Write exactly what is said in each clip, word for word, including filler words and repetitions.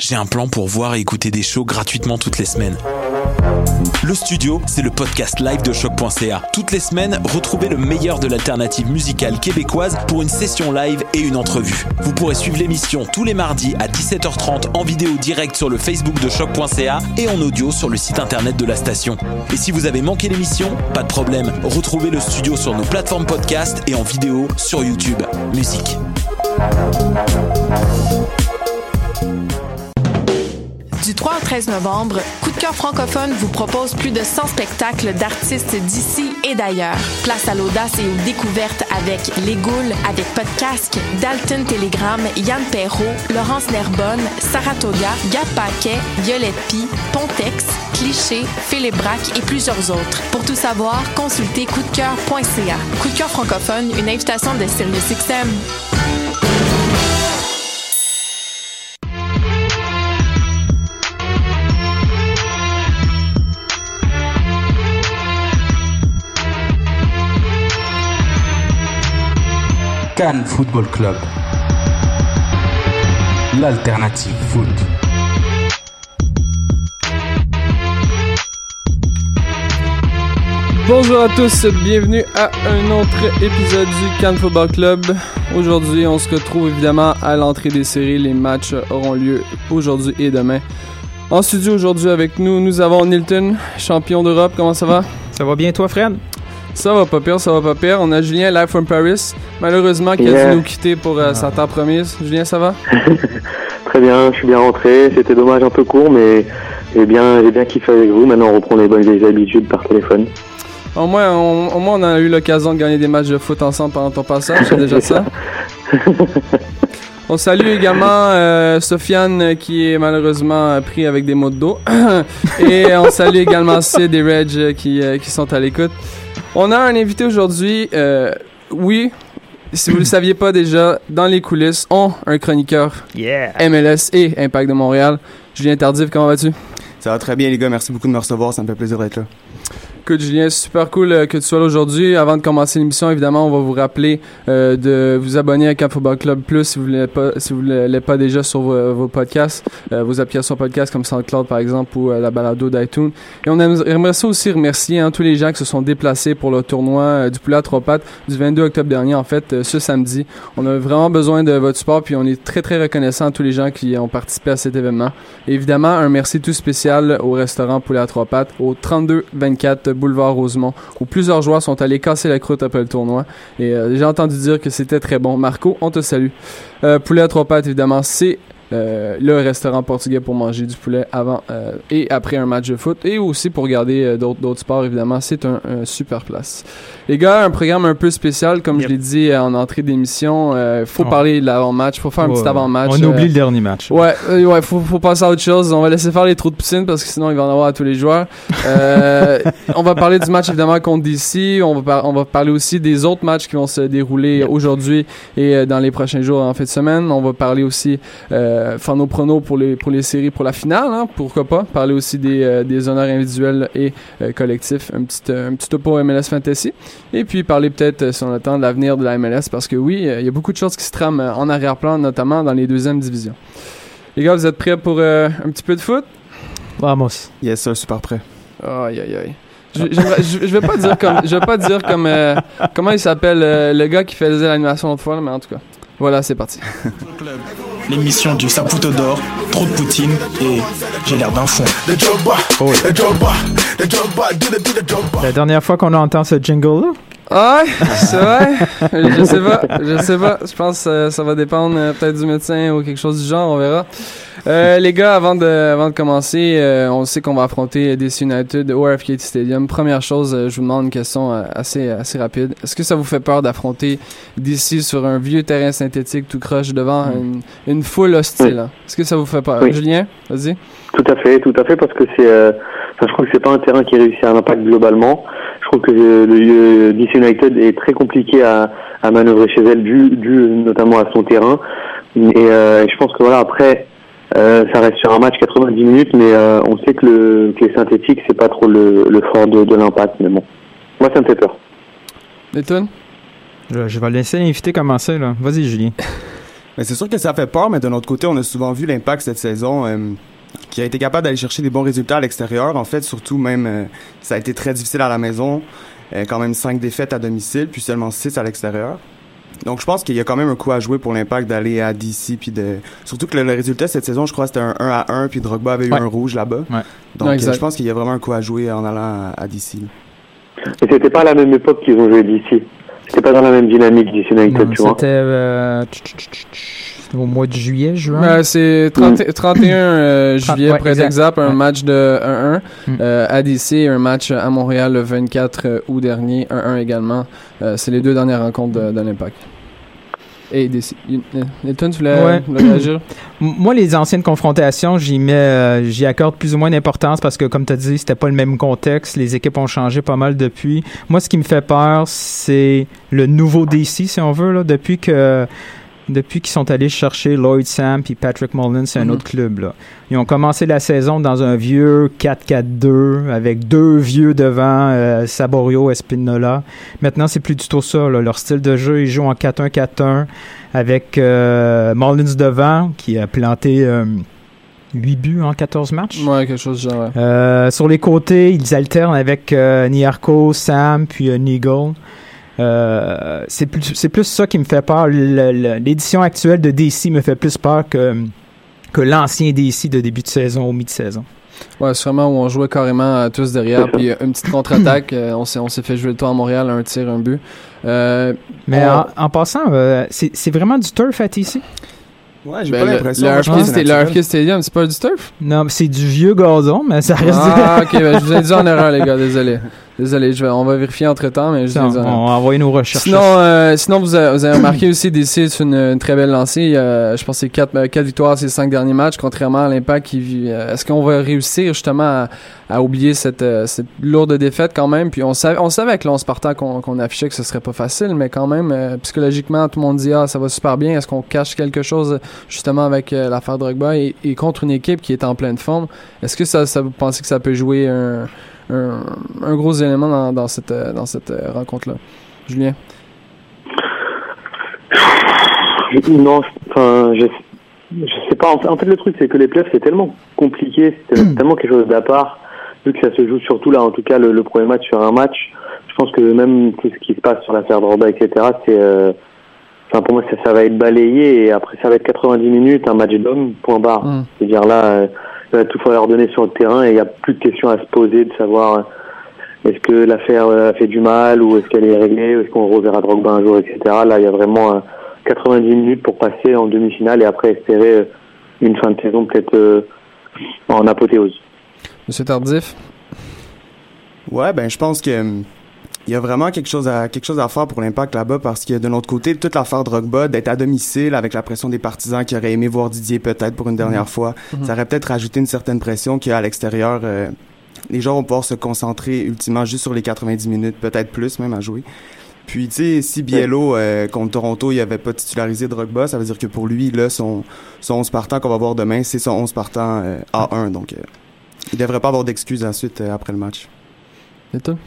j'ai un plan pour voir et écouter des shows gratuitement toutes les semaines. Le Studio, c'est le podcast live de choc point c a. Toutes les semaines, retrouvez le meilleur de l'alternative musicale québécoise pour une session live et une entrevue. Vous pourrez suivre l'émission tous les mardis à dix-sept heures trente en vidéo directe sur le Facebook de choc point c a et en audio sur le site internet de la station. Et si vous avez manqué l'émission, pas de problème, retrouvez le Studio sur nos plateformes podcast et en vidéo sur YouTube. Musique. Du trois au treize novembre, Coup de cœur francophone vous propose plus de cent spectacles d'artistes d'ici et d'ailleurs. Place à l'audace et aux découvertes avec Les Goules, avec Podcasque, Dalton Telegram, Yann Perrault, Laurence Nerbonne, Saratoga, Gab Paquet, Violette Pie, Pontex, Cliché, Philippe Braque et plusieurs autres. Pour tout savoir, consultez coup de cœur point c a. Coup de cœur francophone, une invitation de Sirius X M. Cannes Football Club, l'alternative foot. Bonjour à tous, bienvenue à un autre épisode du Cannes Football Club. Aujourd'hui, on se retrouve évidemment à l'entrée des séries. Les matchs auront lieu aujourd'hui et demain. En studio aujourd'hui avec nous, nous avons Nilton, champion d'Europe. Comment ça va? Ça va bien toi, Fred? Ça va pas pire, ça va pas pire. On a Julien live from Paris, malheureusement qui yeah. a dû nous quitter pour euh, sa terre promise. Julien, ça va? Très bien, je suis bien rentré. C'était dommage un peu court, mais j'ai bien, j'ai bien kiffé avec vous. Maintenant, on reprend les bonnes vieilles habitudes par téléphone. Au moins, on, au moins, on a eu l'occasion de gagner des matchs de foot ensemble pendant ton passage. C'est déjà ça. On salue également euh, Sofiane qui est malheureusement pris avec des maux de dos. Et on salue également Sid et Reg qui, euh, qui sont à l'écoute. On a un invité aujourd'hui, euh, oui, si vous ne le saviez pas déjà, dans les coulisses, on a un chroniqueur yeah. M L S et Impact de Montréal. Julien Tardif, comment vas-tu? Ça va très bien les gars, merci beaucoup de me recevoir, ça me fait plaisir d'être là. Écoute Julien, c'est super cool euh, que tu sois là aujourd'hui. Avant de commencer l'émission, évidemment, on va vous rappeler euh, de vous abonner à Cannes Football Club Plus si vous ne l'êtes pas, si vous l'êtes pas déjà sur vos, vos podcasts, euh, vos applications podcast comme SoundCloud par exemple ou euh, la balado d'iTunes. Et on aimerait ça aussi remercier hein, tous les gens qui se sont déplacés pour le tournoi euh, du poulet à trois pattes du vingt-deux octobre dernier, en fait, euh, ce samedi. On a vraiment besoin de votre support puis on est très très reconnaissant à tous les gens qui ont participé à cet événement. Et évidemment, un merci tout spécial au restaurant Poulet à trois pattes au trente-deux vingt-quatre boulevard Rosemont, où plusieurs joueurs sont allés casser la croûte après le tournoi. Et euh, j'ai entendu dire que c'était très bon. Marco, on te salue. Euh, poulet à trois pattes, évidemment, c'est euh, le restaurant portugais pour manger du poulet avant euh, et après un match de foot, et aussi pour regarder euh, d'autres, d'autres sports, évidemment. C'est un, un super place. Les gars, un programme un peu spécial, comme yep. je l'ai dit euh, en entrée d'émission. Il euh, faut oh. parler de l'avant-match, faut faire un ouais, petit avant-match. On euh, oublie le dernier match. Ouais, euh, ouais, faut, faut passer à autre chose. On va laisser faire les trous de piscine parce que sinon il va en avoir à tous les joueurs. Euh, on va parler du match évidemment contre D C. On va, par- on va parler aussi des autres matchs qui vont se dérouler yep. aujourd'hui et euh, dans les prochains jours en fin de semaine. On va parler aussi, euh, faire nos pronos pour les pour les séries pour la finale, hein, pourquoi pas. Parler aussi des euh, des honneurs individuels et euh, collectifs. Un petit euh, un petit topo M L S Fantasy. Et puis parler peut-être, euh, si on attend, de l'avenir de la M L S parce que oui, il euh, y a beaucoup de choses qui se trament euh, en arrière-plan, notamment dans les deuxièmes divisions. Les gars, vous êtes prêts pour euh, un petit peu de foot? Vamos. Yes, sir, super prêt. Aïe, aïe, aïe. Je, je, je vais pas dire comme, je vais pas dire comme, euh, comment il s'appelle euh, le gars qui faisait l'animation l'autre fois, mais en tout cas. Voilà, c'est parti. L'émission du Saputo d'or, trop de poutine et j'ai l'air d'un fond. Oh. La dernière fois qu'on a entendu ce jingle-là? Ouais, c'est vrai. Je sais pas, je sais pas. Je pense que euh, ça va dépendre euh, peut-être du médecin ou quelque chose du genre, on verra. Euh, les gars, avant de, avant de commencer, euh, on sait qu'on va affronter D C United au R F K T Stadium. Première chose, euh, je vous demande une question euh, assez, assez rapide. Est-ce que ça vous fait peur d'affronter D C sur un vieux terrain synthétique tout croche devant une, une foule hostile? Oui. Hein? Est-ce que ça vous fait peur? Oui. Julien, vas-y. Tout à fait, tout à fait, parce que c'est, euh, enfin, je trouve que c'est pas un terrain qui réussit à un impact globalement. Je trouve que le, le D C United est très compliqué à, à manœuvrer chez elle, dû, dû notamment à son terrain. Et euh, je pense que voilà, après, euh, ça reste sur un match quatre-vingt-dix minutes, mais euh, on sait que, le, que les synthétiques, c'est pas trop le, le fort de, de l'impact. Mais bon, moi, ça me fait peur. Nathan? Je, je vais laisser l'invité commencer, là. Vas-y, Julien. Mais c'est sûr que ça fait peur, mais de notre côté, on a souvent vu l'Impact cette saison euh, qui a été capable d'aller chercher des bons résultats à l'extérieur. En fait, surtout même, euh, ça a été très difficile à la maison. Euh, quand même cinq défaites à domicile, puis seulement six à l'extérieur. Donc, je pense qu'il y a quand même un coup à jouer pour l'Impact d'aller à D C, puis de... Surtout que le, le résultat cette saison, je crois, c'était un un à un, puis Drogba avait ouais. eu un rouge là-bas. Ouais. Donc, ouais, euh, je pense qu'il y a vraiment un coup à jouer en allant à, à D C. Et c'était pas à la même époque qu'ils ont joué D C. C'était pas dans la même dynamique D C United, Non, tu vois. C'était euh, au mois de juillet, juin. Ouais, c'est trente, trente et un euh, juillet, ouais, pour être exact. exact, un Ouais. match de un un Mm. euh, à D C, un match à Montréal le vingt-quatre août dernier, un un également. Euh, c'est les deux dernières rencontres de, de l'Impact. Et D C. Nathan, tu voulais, Ouais. voulais réagir? M- Moi, les anciennes confrontations, j'y mets, euh, j'y accorde plus ou moins d'importance parce que, comme tu as dit, c'était pas le même contexte. Les équipes ont changé pas mal depuis. Moi, ce qui me fait peur, c'est le nouveau D C, si on veut, là, depuis que depuis qu'ils sont allés chercher Lloyd Sam puis Patrick Mullins, c'est un Mhm. autre club, là. Ils ont commencé la saison dans un vieux quatre quatre deux avec deux vieux devant, euh, Saborio, Espinola. Maintenant, c'est plus du tout ça, là. Leur style de jeu, ils jouent en quatre un quatre un avec euh, Mullins devant qui a planté euh, huit buts en quatorze matchs. Ouais, quelque chose du genre. Ouais. Euh, sur les côtés, ils alternent avec euh, Niarco, Sam, puis euh, Nigel. Euh, c'est plus c'est plus ça qui me fait peur. Le- le- l'édition actuelle de D C me fait plus peur que que l'ancien D C de début de saison ou mi-de-saison. Ouais, sûrement où on jouait carrément euh, tous derrière, puis euh, une petite contre-attaque. euh, on s'est on s'est fait jouer le tour à Montréal, un tir, un but. Euh, Mais on- en, en passant, euh, c'est c'est vraiment du turf à D C? Ouais, j'ai ben, pas le, l'impression. le Moi, je R pense F K que Sta- c'est le R F naturel. K Stadium, c'est pas du turf? Non, mais c'est du vieux gazon, mais ça reste... Ah, ok, ben, je vous ai dit en erreur, les gars, désolé. Désolé, je vais, on va vérifier entre temps, mais je vous ai on dit en va erreur. envoyer nos recherches. Sinon, euh, sinon vous, avez, vous avez remarqué aussi D C c'est une, une très belle lancée. Il y a, je pense que c'est quatre, quatre victoires ces cinq derniers matchs, contrairement à l'Impact qui vit. euh, Est-ce qu'on va réussir justement à, à oublier cette, euh, cette lourde défaite quand même? Puis on savait, on savait avec l'once partant qu'on, qu'on affichait que ce serait pas facile, mais quand même, euh, psychologiquement, tout le monde dit ah ça va super bien. Est-ce qu'on cache quelque chose justement avec euh, l'affaire Drogba et, et contre une équipe qui est en pleine forme? Est-ce que ça, ça vous pensez que ça peut jouer un Un, un gros élément dans, dans cette, euh, dans cette euh, rencontre-là? Julien? Non, enfin, je, je sais pas. En fait, en fait, le truc, c'est que les playoffs, c'est tellement compliqué, c'est tellement quelque chose d'à part, vu que ça se joue surtout là, en tout cas, le, le premier match sur un match. Je pense que même tout ce qui se passe sur l'affaire Drogba, et cetera, c'est, euh, enfin, pour moi, ça, ça va être balayé et après, ça va être quatre-vingt-dix minutes, un match d'homme, point barre. Mm. C'est-à-dire là, euh, il va tout falloir donner sur le terrain et il n'y a plus de questions à se poser de savoir euh, est-ce que l'affaire euh, a fait du mal ou est-ce qu'elle est réglée, ou est-ce qu'on reverra Drogba un jour, et cetera. Là, il y a vraiment euh, quatre-vingt-dix minutes pour passer en demi-finale et après espérer euh, une fin de saison peut-être euh, en apothéose. Monsieur Tardif? Ouais, ben je pense que hum, il y a vraiment quelque chose à quelque chose à faire pour l'Impact là-bas parce que de notre côté, toute l'affaire Drogba, d'être à domicile avec la pression des partisans qui auraient aimé voir Didier peut-être pour une dernière Mhm. fois, Mhm. ça aurait peut-être rajouté une certaine pression qu'à l'extérieur, euh, les gens vont pouvoir se concentrer ultimement juste sur les quatre-vingt-dix minutes, peut-être plus même à jouer. Puis tu sais, si Biello euh, contre Toronto, il avait pas titularisé Drogba, ça veut dire que pour lui là son son onze partant qu'on va voir demain, c'est son onze partant euh, A un, donc euh, il devrait pas avoir d'excuses ensuite euh, après le match. Et toi?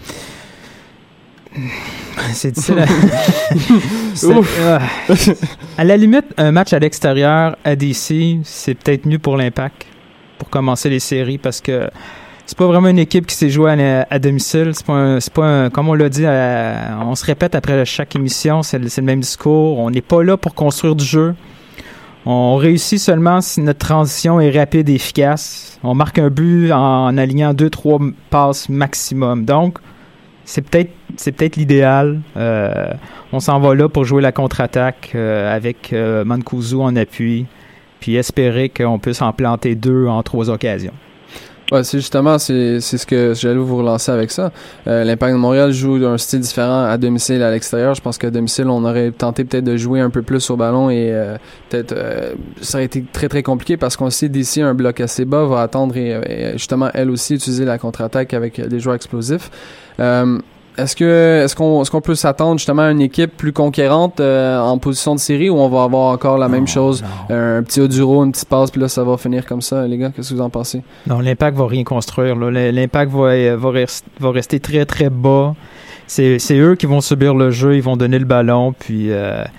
C'est difficile. À... C'est- euh, à la limite, un match à l'extérieur à D C, c'est peut-être mieux pour l'Impact pour commencer les séries parce que c'est pas vraiment une équipe qui s'est jouée à, à domicile. C'est pas, un, c'est pas un, comme on l'a dit, à, on se répète après chaque émission, c'est, c'est le même discours. On n'est pas là pour construire du jeu. On réussit seulement si notre transition est rapide et efficace. On marque un but en, en alignant deux, trois passes maximum. Donc, c'est peut-être c'est peut-être l'idéal. Euh, on s'en va là pour jouer la contre-attaque euh, avec euh, Mancuso en appui, puis espérer qu'on puisse en planter deux en trois occasions. Ouais, c'est justement, c'est, c'est ce que j'allais vous relancer avec ça. Euh, L'Impact de Montréal joue d'un style différent à domicile et à l'extérieur. Je pense qu'à domicile, on aurait tenté peut-être de jouer un peu plus au ballon et euh, peut-être euh, ça aurait été très très compliqué parce qu'on sait d'ici un bloc assez bas va attendre et, et justement elle aussi utiliser la contre-attaque avec des joueurs explosifs. Euh, Est-ce que est-ce qu'on est-ce qu'on peut s'attendre justement à une équipe plus conquérante euh, en position de série ou on va avoir encore la même chose, un petit Oduro, une petite passe puis là ça va finir comme ça, les gars? Qu'est-ce que vous en pensez? Non, l'Impact va rien construire. Là. L'Impact va, va, rest, va rester très très bas. C'est, c'est eux qui vont subir le jeu, ils vont donner le ballon, puis euh,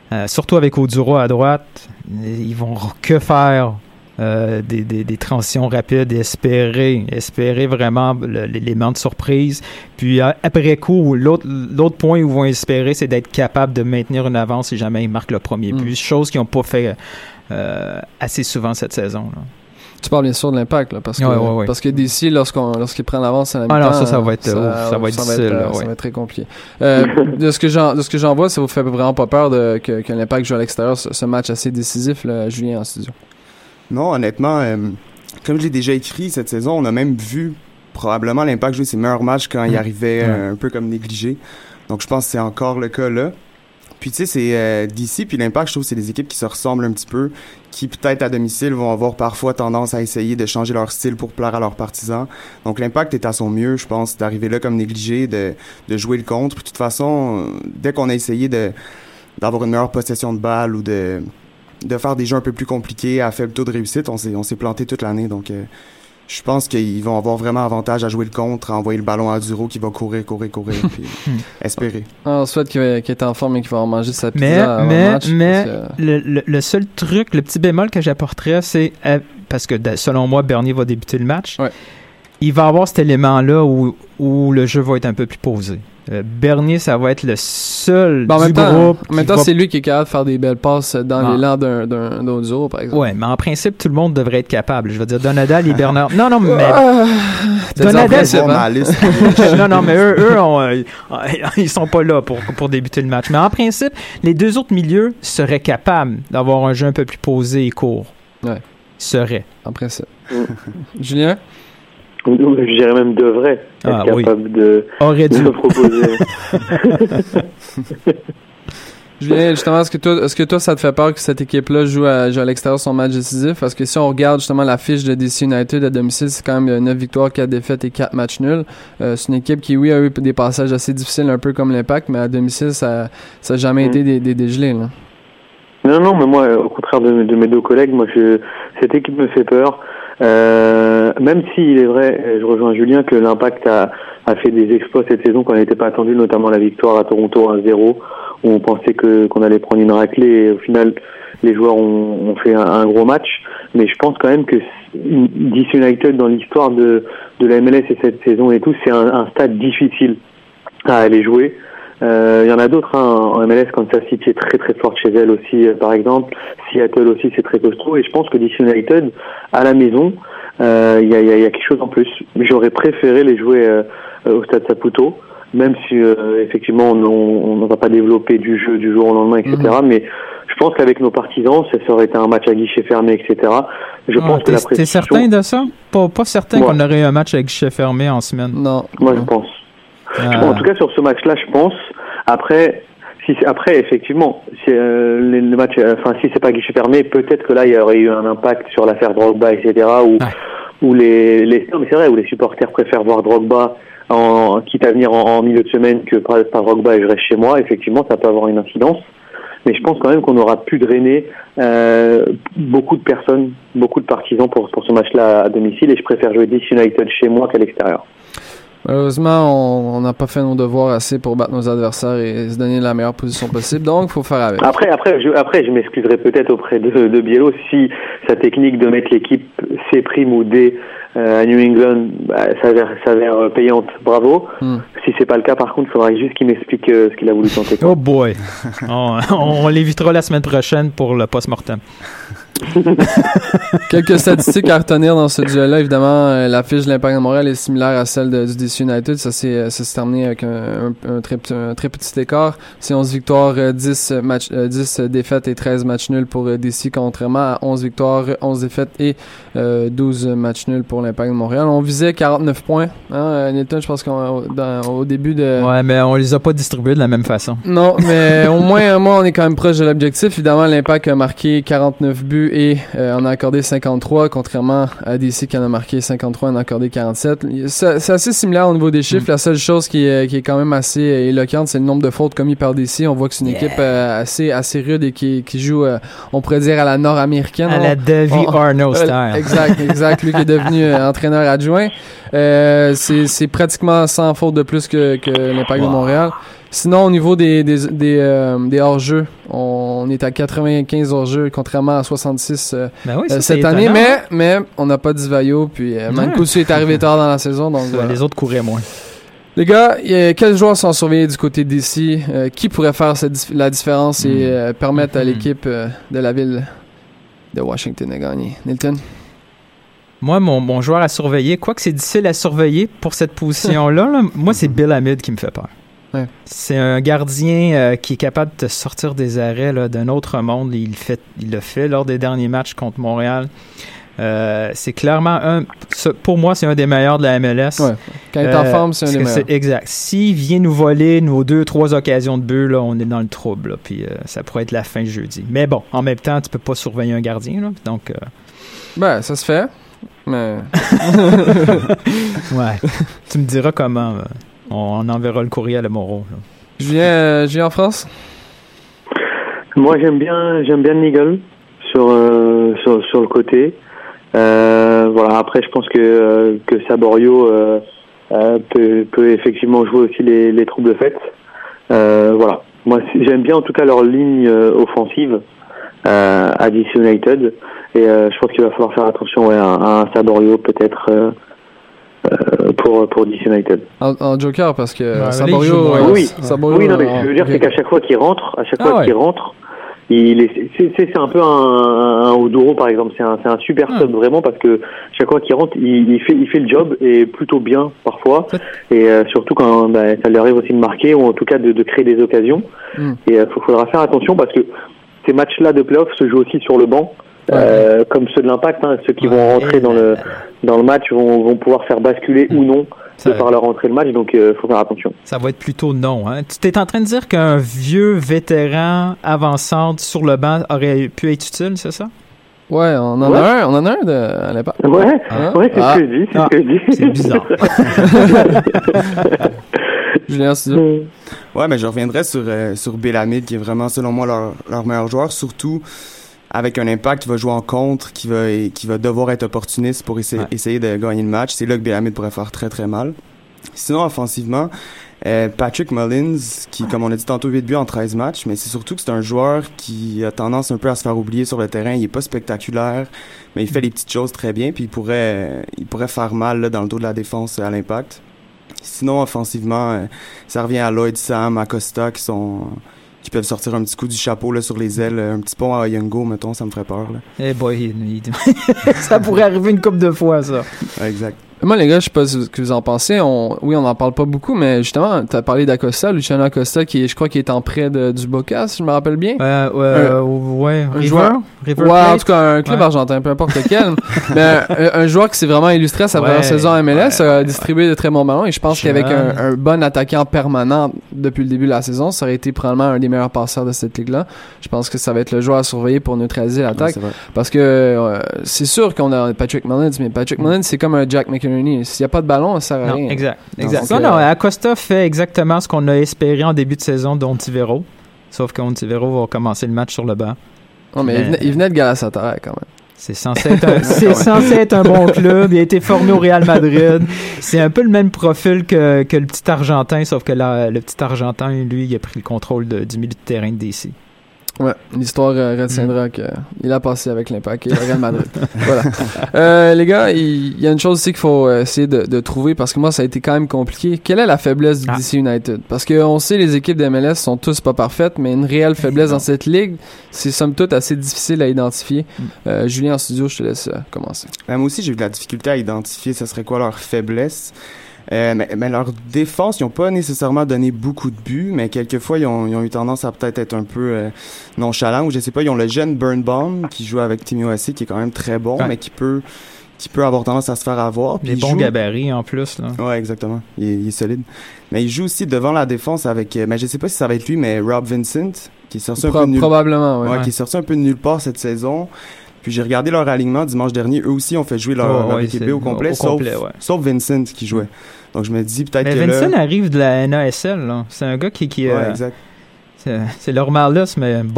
Euh, surtout avec Oduro à droite, ils vont que faire euh, des, des, des transitions rapides et espérer, espérer vraiment le, l'élément de surprise. Puis euh, après coup, l'autre, l'autre point où ils vont espérer, c'est d'être capable de maintenir une avance si jamais ils marquent le premier but. Mm. Chose qu'ils n'ont pas fait euh, assez souvent cette saison, là. Tu parles bien sûr de l'Impact, là, parce que, ouais, ouais, ouais. parce que D C, lorsqu'on, lorsqu'ils prennent l'avance à la mi-temps, ah non, ça, ça va être, ça, ça va être ça difficile. Va être, là, ça ouais. va être très compliqué. Euh, de ce que j'en, de ce que j'en vois, ça vous fait vraiment pas peur de, que, que l'Impact joue à l'extérieur ce, ce match assez décisif, là, Julien, en studio? Non, honnêtement, euh, comme je l'ai déjà écrit cette saison, on a même vu probablement l'Impact jouer ses meilleurs matchs quand mmh. il arrivait ouais. euh, un peu comme négligé. Donc je pense que c'est encore le cas là. Puis tu sais, c'est euh, D C puis l'Impact, je trouve que c'est des équipes qui se ressemblent un petit peu, qui peut-être à domicile vont avoir parfois tendance à essayer de changer leur style pour plaire à leurs partisans. Donc l'Impact est à son mieux, je pense, d'arriver là comme négligé, de, de jouer le contre. Puis de toute façon, dès qu'on a essayé de d'avoir une meilleure possession de balle ou de de faire des jeux un peu plus compliqués à faible taux de réussite, on s'est on s'est planté toute l'année. Donc euh, je pense qu'ils vont avoir vraiment avantage à jouer le contre, à envoyer le ballon à Duro qui va courir, courir, courir, puis espérer. On souhaite qu'il, va, qu'il est en forme et qu'il va en manger sa pizza mais, avant mais, le match. Mais que... le, le, le seul truc, le petit bémol que j'apporterais, c'est, euh, parce que selon moi, Bernier va débuter le match, ouais. il va avoir cet élément-là où, où le jeu va être un peu plus posé. Euh, Bernier, ça va être le seul bon, du temps, groupe. En même temps, va... c'est lui qui est capable de faire des belles passes dans ah. l'élan d'un, d'un, d'un Duro, par exemple. Ouais, mais en principe, tout le monde devrait être capable. Je veux dire, Donadal et Bernard. Non, non, mais. Donadal, c'est bon. Non, non, mais eux, eux ont, euh, ils sont pas là pour, pour débuter le match. Mais en principe, les deux autres milieux seraient capables d'avoir un jeu un peu plus posé et court. Ouais. Seraient. En principe. Julien? Je dirais même devrait être ah, capable oui. de, Aurait de dû. se proposer. Julien, justement, est-ce que toi, est-ce que toi, ça te fait peur que cette équipe-là joue à, joue à l'extérieur son match décisif? Parce que si on regarde justement la fiche de D C United à domicile, c'est quand même neuf victoires, quatre défaites et quatre matchs nuls. Euh, c'est une équipe qui, oui, a eu des passages assez difficiles, un peu comme l'Impact, mais à domicile, ça ça n'a jamais mmh. été des, des dégelés, là. Non, non, mais moi, au contraire de, de mes deux collègues, moi, je, cette équipe me fait peur. Euh, même s'il est vrai, je rejoins Julien, que l'Impact a, a fait des exploits cette saison quand elle n'était pas attendue, notamment la victoire à Toronto un zéro, où on pensait que qu'on allait prendre une raclée, et au final, les joueurs ont, ont fait un, un gros match. Mais je pense quand même que D C United, dans l'histoire de, de la M L S et cette saison et tout, c'est un, un stade difficile à aller jouer. Il euh, y en a d'autres hein, en M L S, Kansas City est très très forte chez elle aussi, euh, par exemple. Seattle aussi, c'est très costaud. Et je pense que D C United, à la maison, il euh, y, a, y, a, y a quelque chose en plus. J'aurais préféré les jouer euh, au Stade Saputo, même si euh, effectivement on ne va pas développer du jeu du jour au lendemain, et cetera. Mm-hmm. Mais je pense qu'avec nos partisans, ça, ça aurait été un match à guichet fermé, et cetera. Je ah, pense que la pression... T'es certain de ça? Pas, pas certain ouais. qu'on aurait eu un match à guichet fermé en semaine? Non. Moi, je pense. Ah. En tout cas, sur ce match-là, je pense. Après, si c'est, après, effectivement, si euh, le, le match, enfin, si c'est pas guichet fermé, peut-être que là, il y aurait eu un impact sur l'affaire Drogba, et cetera. Où, ah. où les, les, non, mais c'est vrai, où les supporters préfèrent voir Drogba en, quitte à venir en, en milieu de semaine que par, par Drogba et je reste chez moi. Effectivement, ça peut avoir une incidence. Mais je pense quand même qu'on aura pu drainer euh, beaucoup de personnes, beaucoup de partisans pour, pour ce match-là à domicile. Et je préfère jouer D C United chez moi qu'à l'extérieur. Malheureusement, on n'a pas fait nos devoirs assez pour battre nos adversaires et se donner la meilleure position possible. Donc, il faut faire avec. Après, après, je, après, je m'excuserai peut-être auprès de, de Biello si sa technique de mettre l'équipe C' ou D euh, à New England bah, s'avère, s'avère payante. Bravo. Hmm. Si c'est pas le cas, par contre, il faudra juste qu'il m'explique euh, ce qu'il a voulu tenter. Oh boy. on, on l'évitera la semaine prochaine pour le post-mortem. Quelques statistiques à retenir dans ce duel-là. Évidemment, euh, la fiche de l'Impact de Montréal est similaire à celle de, du D C United. Ça s'est, ça s'est terminé avec un, un, un, très, un très petit écart. C'est onze victoires, dix, match, euh, dix défaites et treize matchs nuls pour D C, contrairement à onze victoires, onze défaites et euh, douze matchs nuls pour l'Impact de Montréal. On visait quarante-neuf points. Hein, Nilton, je pense qu'au début de... Ouais, mais on les a pas distribués de la même façon. Non, mais au moins, un mois, on est quand même proche de l'objectif. Évidemment, l'Impact a marqué quarante-neuf buts et euh, on a accordé cinquante-trois, contrairement à D C qui en a marqué cinquante-trois, on a accordé quarante-sept. C'est, c'est assez similaire au niveau des chiffres. Mm. La seule chose qui est, qui est quand même assez éloquente, c'est le nombre de fautes commises par D C. On voit que c'est une yeah. équipe euh, assez, assez rude et qui, qui joue, euh, on pourrait dire, à la nord-américaine. À on, la Davy Arnaud style. Euh, exact, exact. Lui qui est devenu euh, entraîneur adjoint. Euh, c'est, c'est pratiquement cent fautes de plus que, que l'Impact wow. de Montréal. Sinon, au niveau des, des, des, euh, des hors-jeux, on, on est à quatre-vingt-quinze hors-jeux, contrairement à soixante-six euh, ben oui, ça, euh, cette année. Étonnant, mais, mais on n'a pas d'Ivaio, puis euh, Mancuso est arrivé tard dans la saison. Donc, ça, les autres couraient moins. Les gars, y a, quels joueurs sont surveillés du côté d'ici? Euh, qui pourrait faire cette, la différence et euh, permettre à l'équipe euh, de la ville de Washington de gagner? Nilton? Moi, mon, mon joueur à surveiller, quoique c'est difficile à surveiller pour cette position-là, là, moi, c'est Bill Hamid qui me fait peur. Ouais. C'est un gardien euh, qui est capable de sortir des arrêts là, d'un autre monde. Il, fait, il l'a fait lors des derniers matchs contre Montréal. Euh, c'est clairement un... Pour moi, c'est un des meilleurs de la M L S. Ouais. Quand il est en euh, forme, c'est un des meilleurs. C'est exact. S'il vient nous voler nos deux, trois occasions de but, là, on est dans le trouble. Là, puis euh, ça pourrait être la fin jeudi. Mais bon, en même temps, tu peux pas surveiller un gardien. Là, donc... Euh... Ben, ça se fait. Mais... ouais. Tu me diras comment... Euh... On enverra le courrier à la Moreau. Là. Julien, euh, Julien en France? Moi, j'aime bien, j'aime bien Nigel sur, euh, sur, sur le côté. Euh, voilà. Après, je pense que, euh, que Saborio euh, euh, peut, peut effectivement jouer aussi les, les troubles faites. Euh, voilà. Moi, j'aime bien en tout cas leur ligne euh, offensive euh, à D C United. Et euh, je pense qu'il va falloir faire attention ouais, à, à un Saborio peut-être. Euh, Euh, pour pour D C United. En, en Joker parce que ouais, Saborio, euh, oui, Saborio, oui, non mais ce que je veux dire c'est qu'à chaque fois qu'il rentre, à chaque ah, fois ouais. qu'il rentre, il est, c'est, c'est, c'est un peu un, un Oduro par exemple, c'est un c'est un super sub ah. vraiment parce que chaque fois qu'il rentre, il, il fait il fait le job et plutôt bien parfois et euh, surtout quand bah, ça lui arrive aussi de marquer ou en tout cas de, de créer des occasions mm. et il euh, faudra faire attention parce que ces matchs-là de playoff se jouent aussi sur le banc. Ouais. Euh, comme ceux de l'Impact, hein, ceux qui ouais, vont rentrer dans le dans le match vont, vont pouvoir faire basculer mmh. ou non de par leur entrée le match, donc il euh, faut faire attention. Ça va être plutôt non. Hein. Tu t'es en train de dire qu'un vieux vétéran avançant sur le banc aurait pu être utile, c'est ça? Ouais, on en ouais. a un, on en a un de à l'époque. Ouais, ah. ouais, c'est ah. ce que je dis, c'est ah. ce que je dis. C'est bizarre. Julien, c'est ça. Ouais, mais je reviendrai sur euh, sur Bill Hamid, qui est vraiment selon moi leur leur meilleur joueur, surtout avec un Impact qui va jouer en contre, qui va qui va devoir être opportuniste pour essayer, ouais. essayer de gagner le match. C'est là que Bill Hamid pourrait faire très très mal. Sinon, offensivement, euh, Patrick Mullins, qui, comme on a dit tantôt, huit buts en treize matchs, mais c'est surtout que c'est un joueur qui a tendance un peu à se faire oublier sur le terrain. Il est pas spectaculaire, mais il fait les petites choses très bien, puis il pourrait il pourrait faire mal là, dans le dos de la défense à l'Impact. Sinon, offensivement, euh, ça revient à Lloyd, Sam, Acosta, qui sont... qui peuvent sortir un petit coup du chapeau là, sur les ailes, un petit pont à Youngo, mettons, ça me ferait peur. Eh hey boy, il, il... ça pourrait arriver une couple de fois, ça. Exact. Moi, les gars, je sais pas ce que vous en pensez. On... Oui, on n'en parle pas beaucoup, mais justement, tu as parlé d'Acosta, Luciano Acosta, qui est, je crois qu'il est en prêt de, du Boca, si je me rappelle bien. Euh, euh, un, ouais, un River, joueur. River ouais, Plate. en tout cas, un club ouais. argentin, peu importe lequel. mais un, un joueur qui s'est vraiment illustré à sa ouais, première saison en M L S, ouais, a distribué ouais. de très bons ballons, et je pense Jeune. qu'avec un, un bon attaquant permanent depuis le début de la saison, ça aurait été probablement un des meilleurs passeurs de cette ligue-là. Je pense que ça va être le joueur à surveiller pour neutraliser l'attaque. Ouais, parce que euh, c'est sûr qu'on a Patrick Mullins, mais Patrick Mullins, c'est comme un Jack McInerney. S'il n'y a pas de ballon, ça sert à rien. Exact. exact. Non, Donc, non, euh, Acosta fait exactement ce qu'on a espéré en début de saison d'Ontivero. Sauf qu'Ontivero va commencer le match sur le banc. Non, mais, mais... Il, venait, il venait de Galatasaray quand même. C'est censé être un, c'est censé être un bon club. Il a été formé au Real Madrid. C'est un peu le même profil que, que le petit Argentin, sauf que là, le petit Argentin, lui, il a pris le contrôle de, du milieu de terrain de D C. Ouais, l'histoire euh, retiendra mm. qu'il a passé avec l'Impact et le Real Madrid. Voilà. Euh, les gars, il y, y a une chose aussi qu'il faut essayer de, de trouver, parce que moi, ça a été quand même compliqué. Quelle est la faiblesse du ah. D C United? Parce qu'on sait les équipes de M L S sont tous pas parfaites, mais une réelle faiblesse dans cette ligue, c'est somme toute assez difficile à identifier. Mm. Euh, Julien, en studio, je te laisse euh, commencer. Ben, moi aussi, j'ai eu de la difficulté à identifier ce serait quoi leur faiblesse. Euh, mais, mais leur défense, ils n'ont pas nécessairement donné beaucoup de buts, mais quelquefois, ils ont, ils ont eu tendance à peut-être être un peu euh, nonchalants, ou je sais pas, ils ont le jeune Birnbaum qui joue avec Timmy Oasis, qui est quand même très bon, ouais. mais qui peut qui peut avoir tendance à se faire avoir. Les bons joue... gabarits en plus. Là. Ouais, exactement. Il est, il est solide. Mais il joue aussi devant la défense avec, euh, mais je sais pas si ça va être lui, mais Rob Vincent, qui est sorti Pro- un peu de nulle... Probablement, ouais. ouais, ouais. Qui est sorti un peu de nulle part cette saison. Puis j'ai regardé leur alignement dimanche dernier. Eux aussi ont fait jouer leur, oh, leur ouais, équipe B au complet, au sauf, complet ouais. sauf Vincent qui jouait. Donc je me dis peut-être mais que Vincent là... arrive de la N A S L. Là. C'est un gars qui... qui ouais, euh, exact. C'est, c'est leur malus, mais bon.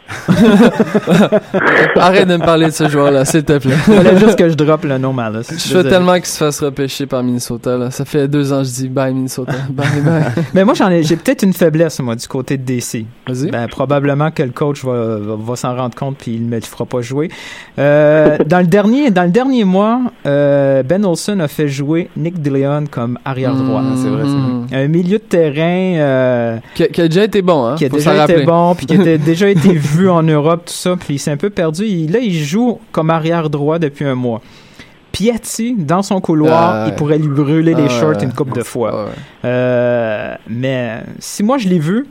Arrête de me parler de ce joueur-là, s'il te plaît. Il fallait juste que je drop le nom Malice. Je veux tellement qu'il se fasse repêcher par Minnesota. Là. Ça fait deux ans que je dis bye Minnesota. Bye bye. Mais moi, j'en ai, j'ai peut-être une faiblesse, moi, du côté de D C. Vas-y. Ben, probablement que le coach va, va, va s'en rendre compte puis il ne me le fera pas jouer. Euh, dans le dernier, dans le dernier mois, euh, Ben Olsen a fait jouer Nick DeLeon comme arrière droit. Mmh, c'est vrai, mmh. c'est vrai. Un milieu de terrain euh, qui, a, qui a déjà été bon, hein. Qui a Faut déjà été bon, puis qui a déjà été vu en Europe, tout ça. Puis il s'est un peu perdu. Il, là, il joue comme arrière droit depuis un mois. Piatti, dans son couloir, ah, ouais. il pourrait lui brûler ah, les shorts ouais. une couple de fois. Ah, ouais. euh, mais si moi je l'ai vu,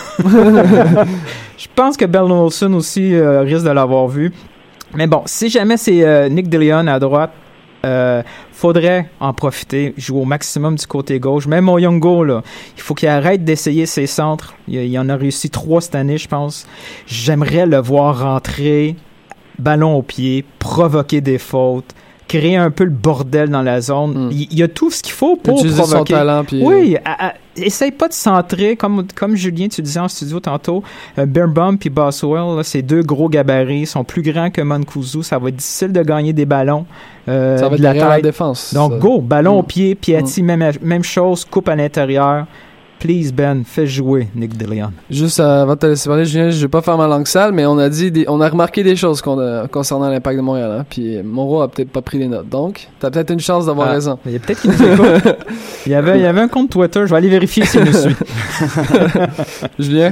je pense que Ben Olsen aussi euh, risque de l'avoir vu. Mais bon, si jamais c'est euh, Nick DeLeon à droite, euh, faudrait en profiter, jouer au maximum du côté gauche. Même au Youngo, là, il faut qu'il arrête d'essayer ses centres. Il, il en a réussi trois cette année, je pense. J'aimerais le voir rentrer, ballon au pied, provoquer des fautes, créer un peu le bordel dans la zone. Mm. Il, il y a tout ce qu'il faut pour utiliser provoquer. Son talent, puis... Oui, à, à, essaye pas de centrer, comme, comme Julien, tu disais en studio tantôt, euh, Birnbaum puis Boswell, là, ces deux gros gabarits, sont plus grands que Mancuso. Ça va être difficile de gagner des ballons. Euh, ça va être de la, la défense. Donc, ça. go, ballon mm. au pied, Piatti, mm. même, même chose, coupe à l'intérieur. Please, Ben, fais jouer Nick DeLeon. Juste avant de te laisser parler, Julien, je vais pas faire ma langue sale, mais on a dit, des, on a remarqué des choses concernant l'Impact de Montréal, hein, puis Moreau a peut-être pas pris les notes. Donc, t'as peut-être une chance d'avoir ah, raison. Il y a peut-être qu'il nous écoute. il, y avait, il y avait un compte Twitter, je vais aller vérifier s'il nous suit. Julien?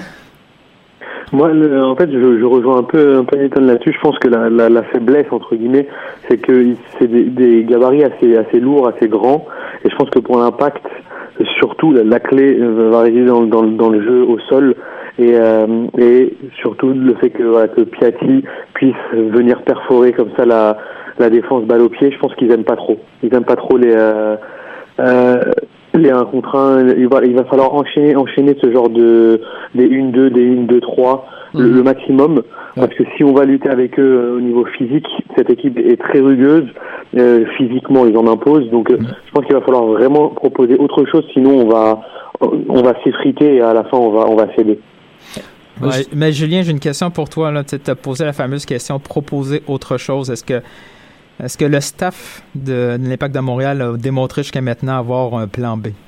Moi, le, en fait, je, je rejoins un peu, un peu Nathan là-dessus. Je pense que la, la, la faiblesse, entre guillemets, c'est que c'est des, des gabarits assez, assez lourds, assez grands, et je pense que pour l'Impact, surtout, la, la clé va résider dans, dans, dans le jeu au sol et, euh, et surtout le fait que, voilà, que Piatti puisse venir perforer comme ça la, la défense balle au pied. Je pense qu'ils aiment pas trop. Ils aiment pas trop les euh, euh, les un contre un. Il va, il va falloir enchaîner, enchaîner ce genre de des un deux, des un deux trois mmh. le, le maximum. Parce que si on va lutter avec eux euh, au niveau physique, cette équipe est très rugueuse. Euh, physiquement, ils en imposent. Donc, euh, je pense qu'il va falloir vraiment proposer autre chose. Sinon, on va, on va s'effriter et à la fin, on va, on va céder. Ouais, mais Julien, j'ai une question pour toi. Tu as posé la fameuse question proposer autre chose. Est-ce que, est-ce que le staff de, de l'Impact de Montréal a démontré jusqu'à maintenant avoir un plan B?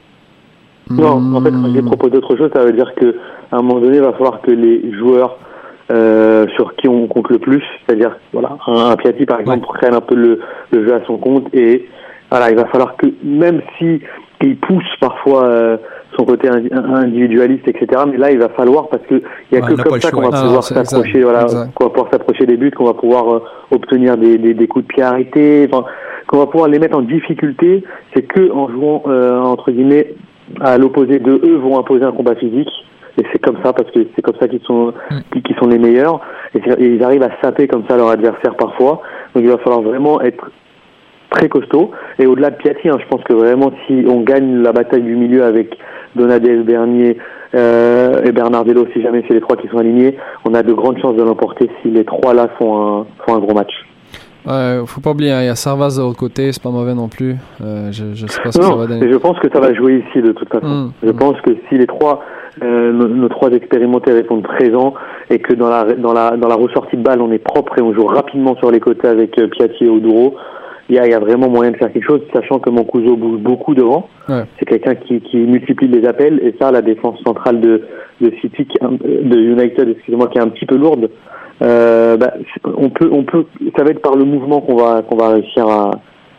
Non, en fait, quand j'ai proposé autre chose, ça veut dire que à un moment donné, il va falloir que les joueurs Euh, sur qui on compte le plus, c'est-à-dire voilà, un, un Piatti par exemple ouais. prenne un peu le, le jeu à son compte et voilà, il va falloir que même si il pousse parfois euh, son côté individualiste, et cetera. Mais là, il va falloir parce que il y a ouais, que comme ça qu'on va ah, pouvoir s'approcher, exact, voilà, exact. qu'on va pouvoir s'approcher des buts, qu'on va pouvoir euh, obtenir des, des, des coups de pied arrêtés, enfin, qu'on va pouvoir les mettre en difficulté. C'est que en jouant euh, entre guillemets à l'opposé de eux vont imposer un combat physique. Et c'est comme ça, parce que c'est comme ça qu'ils sont, mm. qu'ils sont les meilleurs. Et, et ils arrivent à saper comme ça leur adversaire parfois. Donc il va falloir vraiment être très costaud. Et au-delà de Piatti, hein, je pense que vraiment si on gagne la bataille du milieu avec Donadel, Bernier euh, et Bernardello, si jamais c'est les trois qui sont alignés, on a de grandes chances de l'emporter si les trois là font un, font un gros match. Ouais, faut pas oublier, hein, il y a Sarvas de l'autre côté, c'est pas mauvais non plus. Euh, je, je sais pas ce non, que ça va donner. Je pense que ça va jouer ici de toute façon. Mmh. Je pense que si les trois, euh, nos, nos trois expérimentés répondent présents et que dans la dans la dans la ressortie de balle on est propre et on joue rapidement sur les côtés avec euh, Piatti et Oduro, il y a il y a vraiment moyen de faire quelque chose, sachant que Mancuso bouge beaucoup devant. Ouais. C'est quelqu'un qui qui multiplie les appels et ça la défense centrale de de City, de United, excusez-moi, qui est un petit peu lourde. Euh, bah, on peut, on peut, ça va être par le mouvement qu'on va, qu'on va réussir à,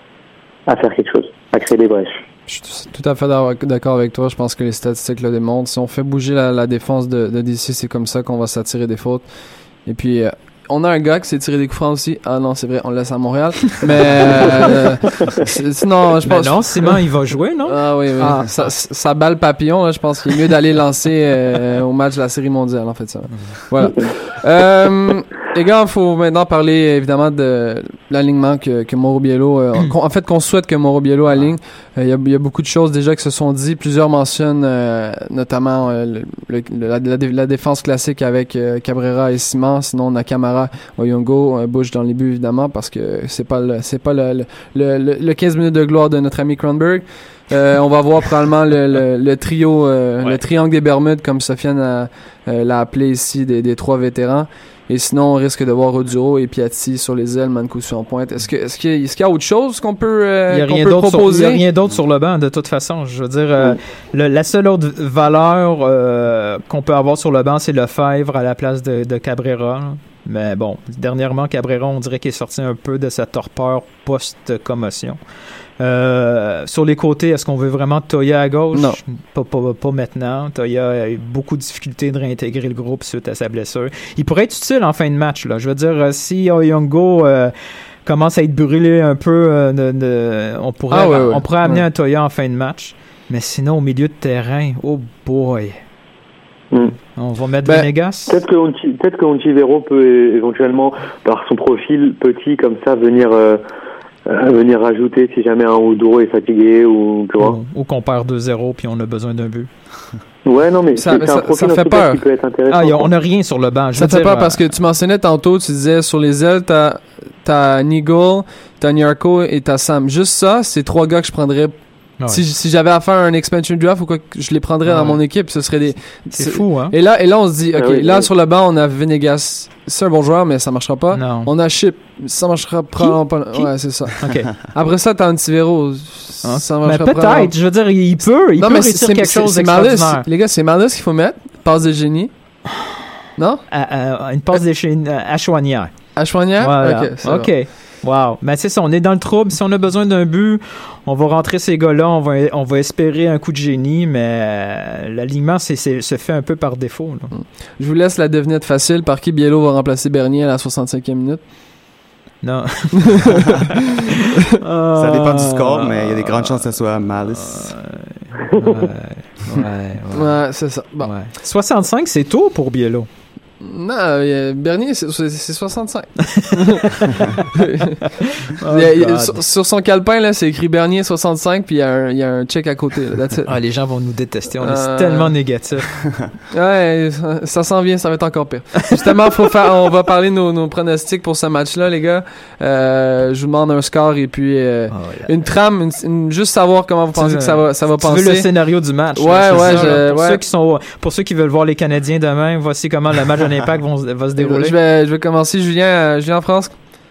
à faire quelque chose, à créer des brèches. Je suis tout à fait d'accord avec toi. Je pense que les statistiques le démontrent. Si on fait bouger la, la défense de, de D C, c'est comme ça qu'on va s'attirer des fautes. Et puis, euh, on a un gars qui s'est tiré des coups francs aussi. Ah non, c'est vrai, on le laisse à Montréal. Mais euh, sinon, je pense. Mais non, Simon, il va jouer, non? Ah oui, oui. Ah. Sa, sa balle papillon, là, je pense qu'il est mieux d'aller lancer euh, au match de la Série mondiale, en fait, ça. Voilà. euh, les gars, il faut maintenant parler évidemment de l'alignement que, que Mauro Biello, euh, en fait, qu'on souhaite que Mauro Biello aligne. Il euh, y, y a beaucoup de choses déjà qui se sont dites. Plusieurs mentionnent euh, notamment euh, le, le, la, la, la défense classique avec euh, Cabrera et Simon. Sinon, on a Camara, Oyongo, euh, Bush dans les buts évidemment parce que c'est pas le, c'est pas le, le, le, le quinze minutes de gloire de notre ami Cronenberg. Euh, on va voir probablement le, le, le trio, euh, Ouais. le triangle des Bermudes, comme Sofiane a, euh, l'a appelé ici, des, des trois vétérans. Et sinon, on risque de voir Oduro et Piatti sur les ailes, Mancuso en pointe. Est-ce que, est-ce qu'il y a, est-ce qu'il y a autre chose qu'on peut, euh, Il n'y a, qu'on rien peut d'autre sur- il proposer? y a rien d'autre sur le banc, de toute façon. Je veux dire, euh, le- la seule autre valeur euh, qu'on peut avoir sur le banc, c'est Lefebvre à la place de, de Cabrera. là. Mais bon, dernièrement, Cabrera, on dirait qu'il est sorti un peu de sa torpeur post-commotion. Euh, sur les côtés, est-ce qu'on veut vraiment Toya à gauche? Non. Pas, pas, pas maintenant. Toya a eu beaucoup de difficultés de réintégrer le groupe suite à sa blessure. Il pourrait être utile en fin de match. Là. Je veux dire, euh, si Oyongo euh, commence à être brûlé un peu, euh, de, de- on pourrait, Ah, ouais, ouais. on pourrait amener Ouais. un Toya en fin de match. Mais sinon, au milieu de terrain, oh boy. Mm. On va mettre Ben, Venegas. Peut-être que Onti- peut-être que Ontivero peut é- éventuellement, par son profil petit comme ça, venir euh, euh, venir rajouter si jamais un Oduro est fatigué ou tu vois. Ou, ou qu'on perd deux zéro puis on a besoin d'un but. Ouais, non mais Ça- c'est mais c'est un ça- profil ça en fait tout cas peur. qui peut être intéressant. Ah, y a- on n'a rien sur le banc. Je Ça veux te fait dire, peur euh, parce que tu mentionnais tantôt, tu disais sur les ailes, t'as, t'as Nigel, t'as Nyarko et t'as Sam. Juste ça, c'est trois gars que je prendrais. ouais. Si, si j'avais à faire un expansion draft ou quoi, que je les prendrais Ouais. dans mon équipe, ce serait des. c'est fou, hein? Et là, et là, on se dit, ok, Ah oui, là oui. sur le banc, on a Venegas. C'est un bon joueur, mais ça marchera pas. Non. On a Chip, ça marchera probablement pas. Qui? Ouais, c'est ça. OK. Après ça, t'as Antivero. Hein? Ça Mais marchera probablement- peut-être, je veux dire, il peut, il Non, peut mais réussir c'est, quelque c'est, chose c'est Marlis. d'extraordinaire. Les gars, c'est Marlis qu'il faut mettre. Passe de génie. Non? À- à- une passe d'échine à Chouanière. À Chouanière? Voilà. Ok. c'est OK. Wow. Mais c'est ça, on est dans le trouble. Si on a besoin d'un but, on va rentrer ces gars-là, on va, on va espérer un coup de génie, mais euh, l'alignement c'est, c'est, se fait un peu par défaut. là. bon. Je vous laisse la devinette facile. Par qui Biello va remplacer Bernier à la soixante-cinquième minute? Non. Ça dépend du score, mais il y a des grandes chances que ce soit Malice. Ouais, ouais, ouais. Ouais, c'est ça. Bon. Ouais. soixante-cinq, c'est tôt pour Biello. Non, euh, Bernier, c'est, c'est, c'est soixante-cinq. Oh, Il y a- il y a- God. sur, sur son calepin, là, c'est écrit Bernier soixante-cinq, puis il y, a un- il y a un check à côté. Là, that's it. Ah, les gens vont nous détester. On Euh, est tellement négatifs. Ouais, ça, ça s'en vient, ça va être encore pire. Justement, faut faire, on va parler de nos, nos pronostics pour ce match-là, les gars. Euh, je vous demande un score et puis euh, Ah, ouais. une trame, une, une- juste savoir comment vous Tu pensez veux- que ça va, ça va Tu penser. veux le scénario du match. Ouais, là, c'est ouais, ça, je- là. Pour, ouais. Ceux qui sont, pour ceux qui veulent voir les Canadiens demain, voici comment le match de l'Impact vont- va se dérouler. Je vais, je vais commencer, Julien, euh, Julien en France.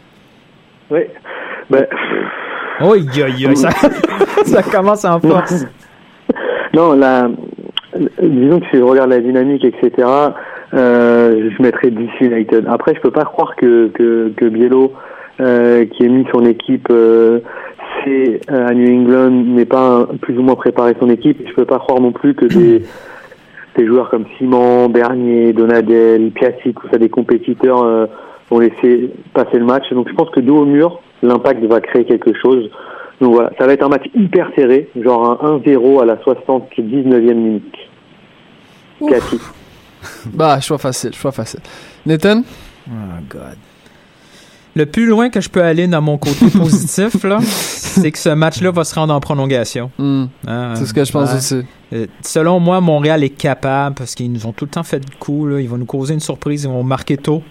Oui. Ben, Oh, aïe, aïe, aïe, ça, ça commence en force. non, la, disons que si je regarde la dynamique, et cetera, euh, je mettrais D C United. Après, je peux pas croire que que, que Biello, euh, qui a mis son équipe, euh, c'est euh, à New England, n'ait pas un- plus ou moins préparé son équipe. Je peux pas croire non plus que des des joueurs comme Simon, Bernier, Donadel, Piatti, tout ça, des compétiteurs euh, vont laisser passer le match. Donc je pense que dos au mur, l'Impact va créer quelque chose. Donc voilà, ça va être un match hyper serré, genre un un zéro à la soixante-dix-neuvième minute. Piatti. Bah, choix facile, choix facile. Nathan? Oh, God. Le plus loin que je peux aller dans mon côté positif, là, c'est que ce match-là va se rendre en prolongation. Hmm, Hein, c'est ce que je pense ouais. aussi. Euh, selon moi, Montréal est capable parce qu'ils nous ont tout le temps fait le coup. Là. Ils vont nous causer une surprise. Ils vont marquer tôt.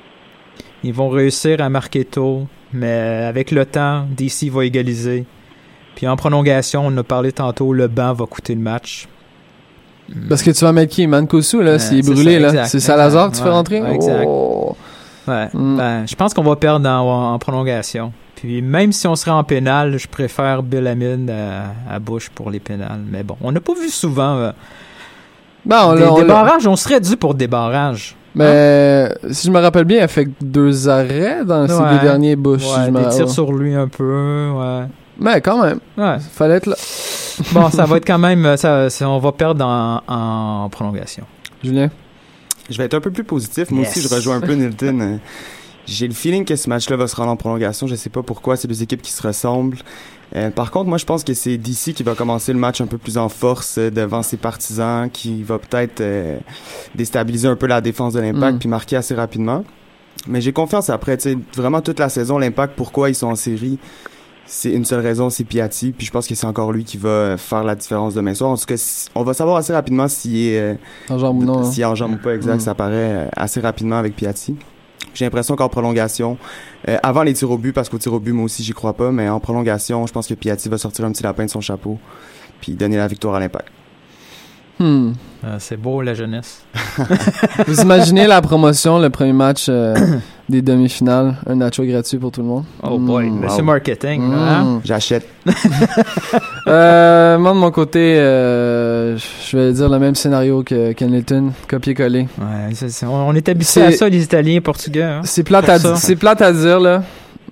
Ils vont réussir à marquer tôt. Mais avec le temps, D C va égaliser. Puis en prolongation, on a parlé tantôt, le banc va coûter le match. Parce que tu vas mettre qui? Mancuso, là, Euh, s'il est c'est brûlé, ça, là. exact, C'est Salazar que tu exact, fais ouais, rentrer? ouais, exact. Oh. Ouais. Mm. Ben, je pense qu'on va perdre en, en prolongation. Puis même si on serait en pénal, je préfère Bill Hamid à, à Bush pour les pénals. Mais bon, on n'a pas vu souvent euh, Ben, on des l'a- on l'a- débarrages. On serait dû pour débarrage. Mais si je me rappelle bien, il a fait deux arrêts dans ces Ouais. deux derniers Bush. si Ouais, je me- des tirs ouais. sur lui un peu. Ouais. Mais quand même, Ouais. fallait être là. Bon, ça va être quand même. Ça, ça- on va perdre en, en prolongation. Julien? Je vais être un peu plus positif. Moi Yes. aussi, je rejoins un peu Nilton. Euh, J'ai le feeling que ce match-là va se rendre en prolongation. Je sais pas pourquoi. C'est deux équipes qui se ressemblent. Euh, par contre, moi, je pense que c'est D C qui va commencer le match un peu plus en force euh, devant ses partisans, qui va peut-être euh, déstabiliser un peu la défense de l'Impact Mm. puis marquer assez rapidement. Mais j'ai confiance après. Tu sais, vraiment toute la saison, l'Impact, pourquoi ils sont en série, c'est une seule raison, c'est Piatti. Puis je pense que c'est encore lui qui va faire la différence demain soir. En tout cas, si- on va savoir assez rapidement s'il est, euh, En jambe ou non? hein? s'il est en jambe ou pas, exact. Mm. Ça paraît euh, assez rapidement avec Piatti. j'ai l'impression qu'en prolongation, euh, avant les tirs au but, parce qu'au tir au but, moi aussi, j'y crois pas, mais en prolongation, je pense que Piatti va sortir un petit lapin de son chapeau puis donner la victoire à l'Impact. Hmm. Euh, c'est beau, la jeunesse. Vous imaginez la promotion, le premier match euh, des demi-finales, un nacho gratuit pour tout le monde? Oh boy, mmh. ben wow. C'est marketing. Mmh. Là, hein? J'achète. euh, moi, de mon côté, euh, je vais dire le même scénario que Kenilton, copier-coller. Ouais, c'est, c'est, on est habitué à ça, les Italiens et Portugais. Hein? C'est plate, à, c'est plate à dire, là.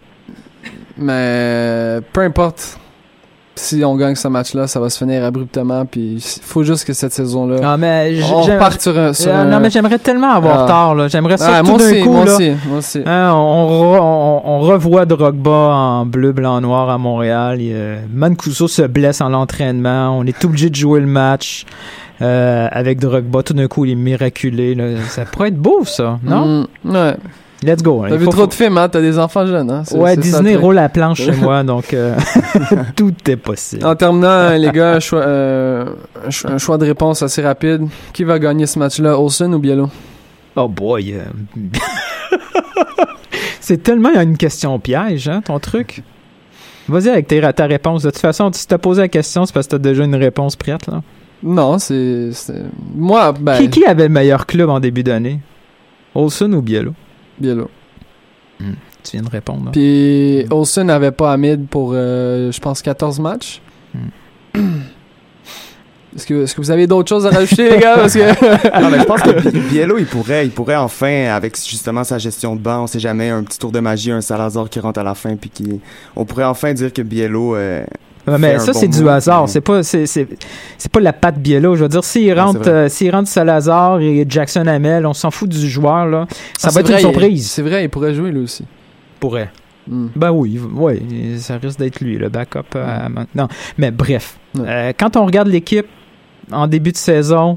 Mais peu importe. Si on gagne ce match-là, ça va se finir abruptement. Puis il faut juste que cette saison-là, ah, mais j- on reparte sur un... Sur euh, un... Non, mais j'aimerais tellement avoir ah. tort. Là. J'aimerais ça ah, tout moi d'un aussi, coup. Moi là, aussi, moi aussi. Hein, on, re, on, on revoit Drogba en bleu, blanc, noir à Montréal. Il, euh, Mancuso se blesse en l'entraînement. On est obligé de jouer le match euh, avec Drogba. Tout d'un coup, il est miraculé. Là. Ça pourrait être beau, ça, non? Mmh, ouais. Let's go. T'as vu trop de films, hein? T'as des enfants jeunes, hein? C'est, ouais, c'est Disney roule la planche chez moi, donc euh, tout est possible. En terminant, les gars, un choix, euh, un choix, un choix de réponse assez rapide. Qui va gagner ce match-là, Olsen ou Biello? Oh boy. Euh... C'est tellement une question piège, hein, ton truc. Vas-y avec ta, ta réponse. De toute façon, si t'as posé la question, c'est parce que t'as déjà une réponse prête, là. Non, c'est... c'est... Moi, ben... Qui, qui avait le meilleur club en début d'année? Olsen ou Biello? Biello. Hmm. Tu viens de répondre. Là. Puis Olsen n'avait pas Hamid pour, euh, je pense, quatorze matchs. Hmm. Est-ce que, est-ce que vous avez d'autres choses à rajouter, les gars? Parce que... non, mais je pense que Biello, il pourrait, il pourrait enfin, avec justement sa gestion de banc, on sait jamais, un petit tour de magie, un Salazar qui rentre à la fin, puis qui, on pourrait enfin dire que Biello... Euh, Ouais, mais ça, bon c'est du hasard. Mais... C'est pas, c'est, c'est, c'est pas la patte Biello. Je veux dire, s'il rentre, non, euh, s'il rentre Salazar et Jackson Hamel, on s'en fout du joueur, là. Ça ah, va être vrai, une surprise. Il, c'est vrai, il pourrait jouer, lui aussi. Pourrait. Mm. Ben oui, oui, ça risque d'être lui, le backup euh, mm. maintenant. Mais bref, mm. euh, quand on regarde l'équipe en début de saison,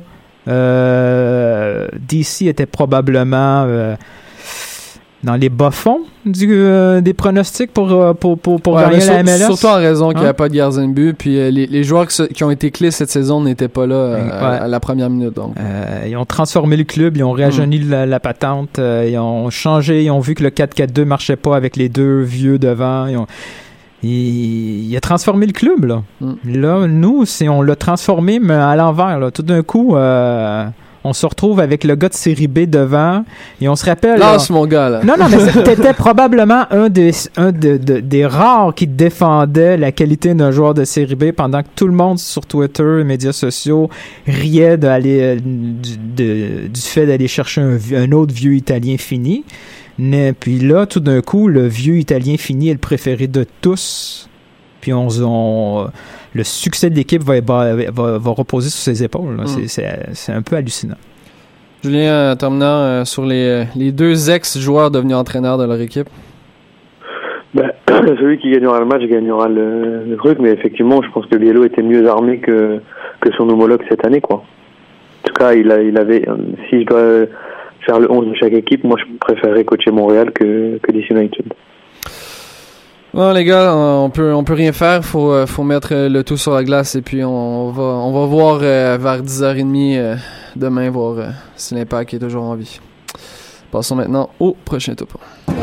euh, D C était probablement... Euh, dans les bas-fonds du, euh, des pronostics pour, pour, pour, pour ouais, gagner sur, la M L S. Surtout en raison hein? qu'il n'y a pas de gardien de but. Puis euh, les, les joueurs qui, qui ont été clés cette saison n'étaient pas là euh, ouais. à, à la première minute. Donc. Euh, ils ont transformé le club, ils ont rajeuni mm. la, la patente, euh, ils ont changé, ils ont vu que le quatre quatre deux marchait pas avec les deux vieux devant. Ils ont, il, il a transformé le club. Là, mm. là nous, c'est, on l'a transformé, mais à l'envers. Là. Tout d'un coup... Euh, on se retrouve avec le gars de série B devant et on se rappelle... Lâche mon gars, là. Non, non, mais t'étais probablement un des, un de, de, des rares qui défendait la qualité d'un joueur de série B pendant que tout le monde sur Twitter, les médias sociaux, riait d'aller, du, de, du fait d'aller chercher un, un autre vieux Italien fini. Mais, puis là, tout d'un coup, le vieux Italien fini est le préféré de tous. Puis on... on le succès de l'équipe va, va, va, va reposer sur ses épaules. Mm. C'est, c'est, c'est un peu hallucinant. Julien, en terminant euh, sur les, les deux ex-joueurs devenus entraîneurs de leur équipe. Ben, celui qui gagnera le match gagnera le, le truc, mais effectivement, je pense que Biello était mieux armé que, que son homologue cette année, quoi. En tout cas, il, a, il avait... Si je dois faire le onze de chaque équipe, moi, je préférerais coacher Montréal que, que D C United. Bon les gars, on peut on peut rien faire, faut faut mettre le tout sur la glace et puis on va on va voir euh, vers dix heures trente euh, demain voir euh, si l'Impact est toujours en vie. Passons maintenant au prochain topo.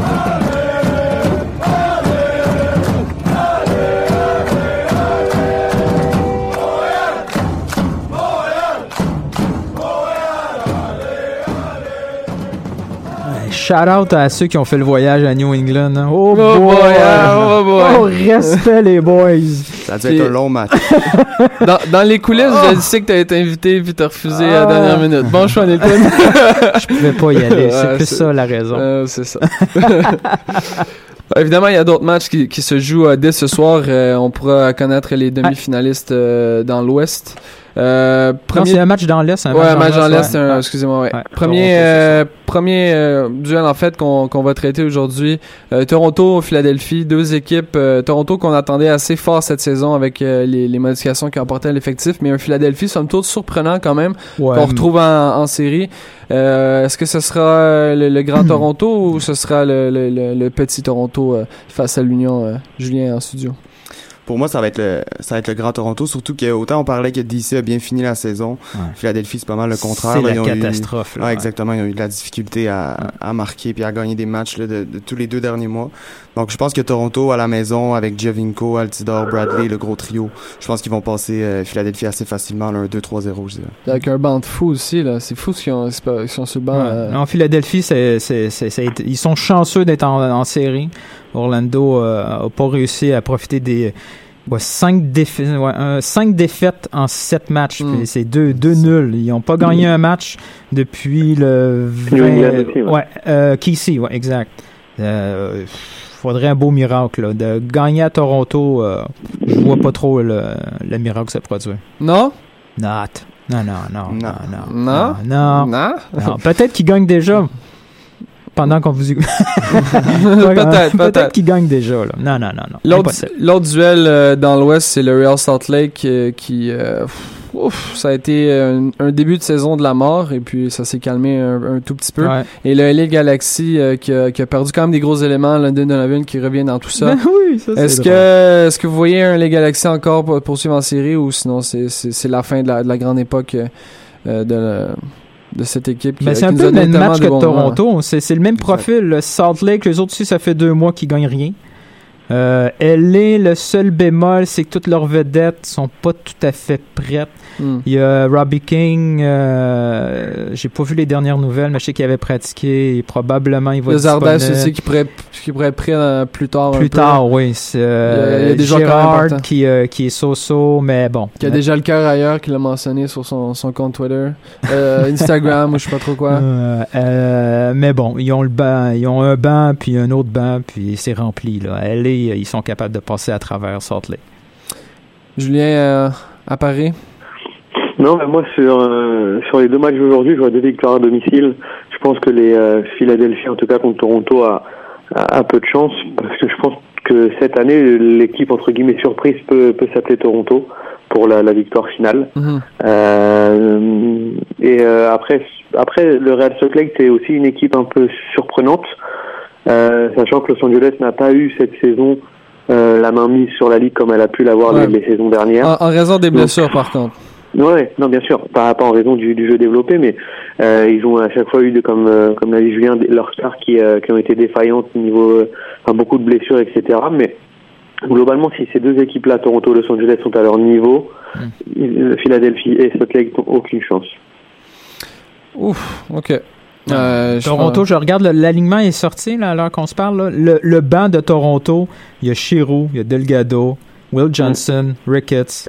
Shout out à ceux qui ont fait le voyage à New England. Hein. Oh, oh boy! boy oh boy! Oh, respect les boys! Ça a dû être un long match. dans, dans les coulisses, oh. je sais que t'as été invité puis t'as refusé ah. à la dernière minute. Bon choix, Nelton. Je pouvais pas y aller. C'est ouais, plus c'est, ça la raison. Euh, c'est ça. Évidemment, il y a d'autres matchs qui, qui se jouent euh, dès ce soir. Euh, on pourra connaître les demi-finalistes euh, dans l'Ouest. Euh, premier... Non, c'est un match dans l'Est. Un ouais, match un match dans l'Est. Ouais. Un... Excusez-moi, ouais. ouais Toronto, premier euh, premier euh, duel, en fait, qu'on, qu'on va traiter aujourd'hui. Euh, Toronto-Philadelphie, deux équipes. Euh, Toronto qu'on attendait assez fort cette saison avec euh, les, les modifications qui apportaient à l'effectif, mais un Philadelphie, somme toute, surprenant quand même, ouais, qu'on retrouve en, en série. Euh, est-ce que ce sera le, le grand Toronto ou ce sera le, le, le, le petit Toronto euh, face à l'Union, euh, Julien, en studio? pour moi, ça va être le, ça va être le Grand Toronto, surtout qu'autant on parlait que D C a bien fini la saison. Ouais. Philadelphie, c'est pas mal le contraire. C'est là, la ils catastrophe. Eu, là, ouais, ouais. Exactement. Ils ont eu de la difficulté à, ouais. à marquer puis à gagner des matchs là, de, de tous les deux derniers mois. Donc, je pense que Toronto, à la maison, avec Giovinco, Altidore, Bradley, le gros trio, je pense qu'ils vont passer euh, Philadelphie assez facilement, là, un deux trois zéro, je dirais. Avec un banc de fou aussi, là. C'est fou ce qu'ils ont, ils sont sur le banc. Ouais. Euh... En Philadelphie, c'est, c'est, c'est, c'est, ils sont chanceux d'être en, en série. Orlando euh, a pas réussi à profiter des ouais, cinq, défa- ouais, euh, cinq défaites en sept matchs. Mm. Puis c'est deux, deux nuls. Ils n'ont pas gagné mm. un match depuis le vingt... Aussi, ouais, ouais euh, Kesey, ouais, exact. Euh, faudrait un beau miracle là. De gagner à Toronto, euh, je vois pas trop le, le miracle se produire. Non? Not. Non, non, non, non, non, non, non, non. non. non. Peut-être qu'ils gagnent déjà. Pendant qu'on vous... peut-être, peut-être. Peut-être qu'ils gagnent déjà, là. Non, non, non, non. L'autre, l'autre duel euh, dans l'Ouest, c'est le Real Salt Lake euh, qui... Euh, ouf, ça a été un, un début de saison de la mort et puis ça s'est calmé un, un tout petit peu. Ouais. Et le L A Galaxy euh, qui, a, qui a perdu quand même des gros éléments, London Donovan qui revient dans tout ça. Ben oui, ça c'est est-ce que, est-ce que vous voyez un L A Galaxy encore pour, poursuivre en série ou sinon c'est, c'est, c'est la fin de la, de la grande époque euh, de la... de cette équipe qui, ben, c'est qui un peu le même match que bon Toronto. C'est, c'est le même profil. Le Salt Lake, les autres aussi, ça fait deux mois qu'ils gagnent rien. Euh, L A, le seul bémol, c'est que toutes leurs vedettes sont pas tout à fait prêtes. Mm. Il y a Robbie King, euh, j'ai pas vu les dernières nouvelles, mais je sais qu'il avait pratiqué et probablement il va être disponible. Le Zardes aussi qui pourrait, qui pourrait être prêt euh, plus tard. Plus tard, peu. Oui. C'est, euh, il y a, il y a des Gérard qui, euh, qui est so-so, mais bon. Qui a mais... déjà le cœur ailleurs, qui l'a mentionné sur son, son compte Twitter, euh, Instagram ou je sais pas trop quoi. Euh, euh, mais bon, ils ont le banc, ils ont un banc puis un autre banc puis c'est rempli là. L A, ils sont capables de passer à travers Salt Lake. Julien, euh, à Paris? Non, mais moi, sur, euh, sur les deux matchs d'aujourd'hui, je vois deux victoires à domicile. Je pense que les euh, Philadelphie, en tout cas contre Toronto, a, a, a peu de chance, parce que je pense que cette année, l'équipe, entre guillemets, surprise peut, peut s'appeler Toronto pour la, la victoire finale. Mm-hmm. Euh, et euh, après, après, le Real Salt Lake, c'est aussi une équipe un peu surprenante, euh, sachant que Los Angeles n'a pas eu cette saison euh, la main mise sur la ligue comme elle a pu l'avoir ouais. les, les saisons dernières. En, en raison des blessures, Donc, par contre. Ouais, non, bien sûr, pas, pas en raison du, du jeu développé, mais euh, ils ont à chaque fois eu, de, comme euh, comme l'a dit Julien, leurs stars qui euh, qui ont été défaillantes au niveau, euh, enfin beaucoup de blessures, et cetera. Mais globalement, si ces deux équipes-là, Toronto et Los Angeles, sont à leur niveau, mmh. Philadelphie et Salt Lake n'ont aucune chance. Ouf, ok. Euh, Toronto, je, je regarde, le, l'alignement est sorti là, à l'heure qu'on se parle. Là. Le, le banc de Toronto, il y a Giroux, il y a Delgado, Will Johnson, mmh. Ricketts.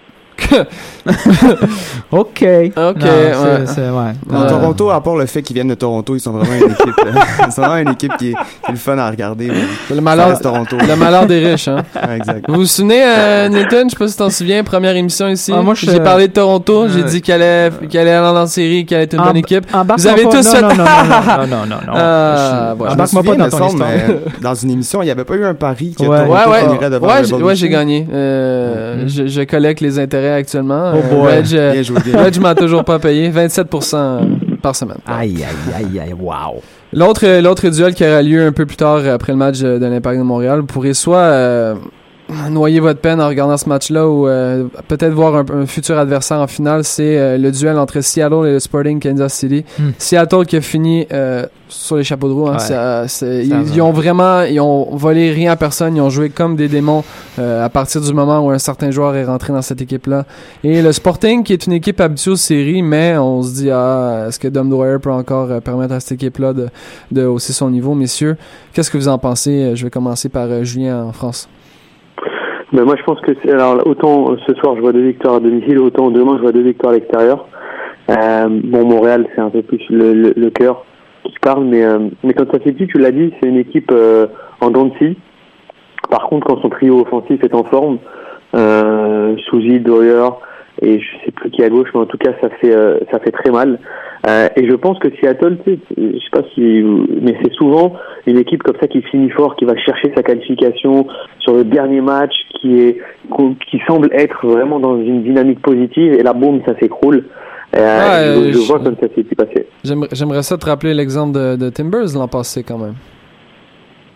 ok. Ok. Non, c'est, c'est, ouais. Non, euh... Toronto, à part le fait qu'ils viennent de Toronto, ils sont vraiment une équipe. Ils sont vraiment une équipe qui est, qui est le fun à regarder. C'est le malheur, Toronto. Le malheur des riches, hein. Ouais, exact. Vous vous souvenez, euh, Nathan, je sais pas si t'en souviens, première émission ici. Ah, moi, je... J'ai parlé de Toronto, euh... j'ai dit qu'elle allait, qu'elle allait aller en série, qu'elle était une en, bonne équipe. Vous avez tous fait. Non, non, non, non, non, non, non. Euh, je, embarque-moi pas dans ton histoire. Dans une émission, il y avait pas eu un pari que Toronto finirait devant le Revolution. Ouais, j'ai gagné. Je collecte les intérêts actuellement. Oh boy. Reg, bien joué, bien. Reg m'a toujours pas payé. vingt-sept pour cent par semaine. Aïe, aïe, aïe, aïe, wow. L'autre, l'autre duel qui aura lieu un peu plus tard après le match de l'Impact de Montréal, vous pourrez soit euh, noyer votre peine en regardant ce match-là ou euh, peut-être voir un, un futur adversaire en finale, c'est euh, le duel entre Seattle et le Sporting Kansas City. Hmm. Seattle qui a fini euh, sur les chapeaux de roue. Hein, ouais. c'est, c'est, ils, ils ont vraiment, ils ont volé rien à personne. Ils ont joué comme des démons euh, à partir du moment où un certain joueur est rentré dans cette équipe-là. Et le Sporting qui est une équipe habituée aux séries, mais on se dit ah, est-ce que Dom Dwyer peut encore euh, permettre à cette équipe-là de, de hausser son niveau, messieurs? Qu'est-ce que vous en pensez? Je vais commencer par euh, Julien en France. Ben moi je pense que c'est, alors autant ce soir je vois deux victoires à domicile, autant demain je vois deux victoires à l'extérieur. Euh, bon Montréal c'est un peu plus le, le, le cœur qui parle, mais euh, mais quand ça s'est dit, tu l'as dit, c'est une équipe euh, en dents de scie. Par contre quand son trio offensif est en forme, euh, Souzy, Dwyer et je sais plus qui est à gauche, mais en tout cas ça fait euh, ça fait très mal. Euh, et je pense que Seattle, tu sais, je sais pas si, mais c'est souvent une équipe comme ça qui finit fort, qui va chercher sa qualification sur le dernier match, qui est, qui semble être vraiment dans une dynamique positive, et là, boum, ça s'écroule. Euh, ouais, je, je, je vois comme ça s'est passé. J'aimerais, j'aimerais ça te rappeler l'exemple de, de Timbers l'an passé quand même.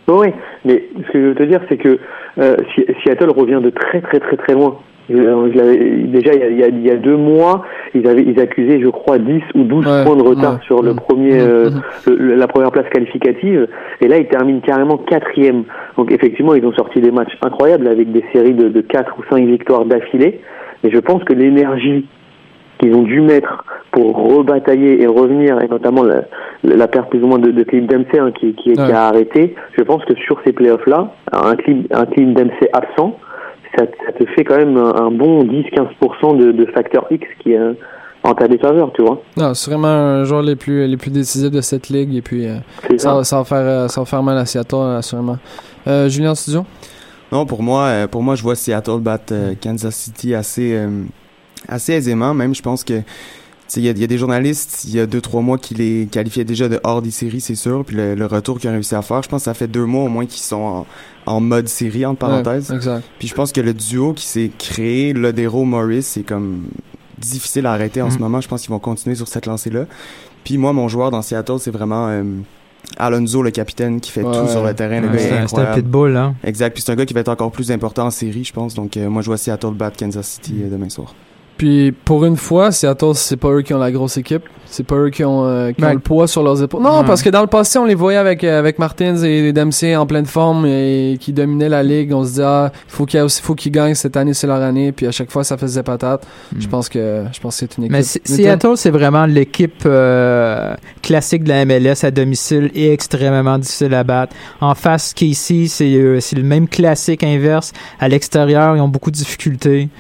Oui, mais ce que je veux te dire, c'est que euh, Seattle revient de très très très très loin. Je, je l'avais, déjà, il y, a, il, y a, il y a deux mois, ils avaient ils accusaient, je crois, dix ou douze ouais, points de retard ouais, sur le mmh, premier, euh, mmh. le, la première place qualificative. Et là, ils terminent carrément quatrième. Donc, effectivement, ils ont sorti des matchs incroyables avec des séries de, de quatre ou cinq victoires d'affilée. Mais je pense que l'énergie qu'ils ont dû mettre pour rebatailler et revenir, et notamment la, la perte plus ou moins de, de Clint Dempsey hein, qui, qui, ouais. qui a arrêté, je pense que sur ces playoffs-là, un Clint, un Clint Dempsey absent, Ça, ça te fait quand même un, un bon dix à quinze pour cent de, de facteur X qui est en ta défaveur, tu vois. Non, c'est vraiment un joueur les plus, les plus décisifs de cette ligue et puis euh, ça, ça, va faire, ça va faire mal à Seattle, assurément. Euh, Julien Studio? Non, pour moi, pour moi, je vois Seattle battre euh, Kansas City assez, euh, assez aisément. Même, je pense que il y, y a des journalistes, il y a deux, trois mois qui les qualifiaient déjà de hors des séries, c'est sûr. Puis le, le retour qu'ils ont réussi à faire, je pense que ça fait deux mois au moins qu'ils sont en, en mode série, entre parenthèses. Ouais, exact. Puis je pense que le duo qui s'est créé, Lodero-Morris, c'est comme difficile à arrêter en mm-hmm. ce moment. Je pense qu'ils vont continuer sur cette lancée-là. Puis moi, mon joueur dans Seattle, c'est vraiment euh, Alonso, le capitaine, qui fait ouais, tout sur le terrain. Le ouais, gars est incroyable. C'est un pitbull, hein. Exact. Puis c'est un gars qui va être encore plus important en série, je pense. Donc euh, moi, je vois Seattle battre Kansas City euh, demain soir. Puis pour une fois, Seattle, c'est pas eux qui ont la grosse équipe, c'est pas eux qui ont, euh, qui ben, ont le poids sur leurs épaules. Non, ouais. parce que dans le passé, on les voyait avec avec Martins et Dempsey en pleine forme et qui dominaient la ligue. On se disait ah, faut qu'il y a aussi, faut qu'ils gagnent cette année, c'est leur année. Puis à chaque fois, ça faisait patate. Mm. Je pense que je pense que c'est une équipe. Mais c- Seattle, c'est vraiment l'équipe euh, classique de la M L S à domicile et extrêmement difficile à battre. En face, K C, c'est euh, c'est le même classique inverse. À l'extérieur, ils ont beaucoup de difficultés.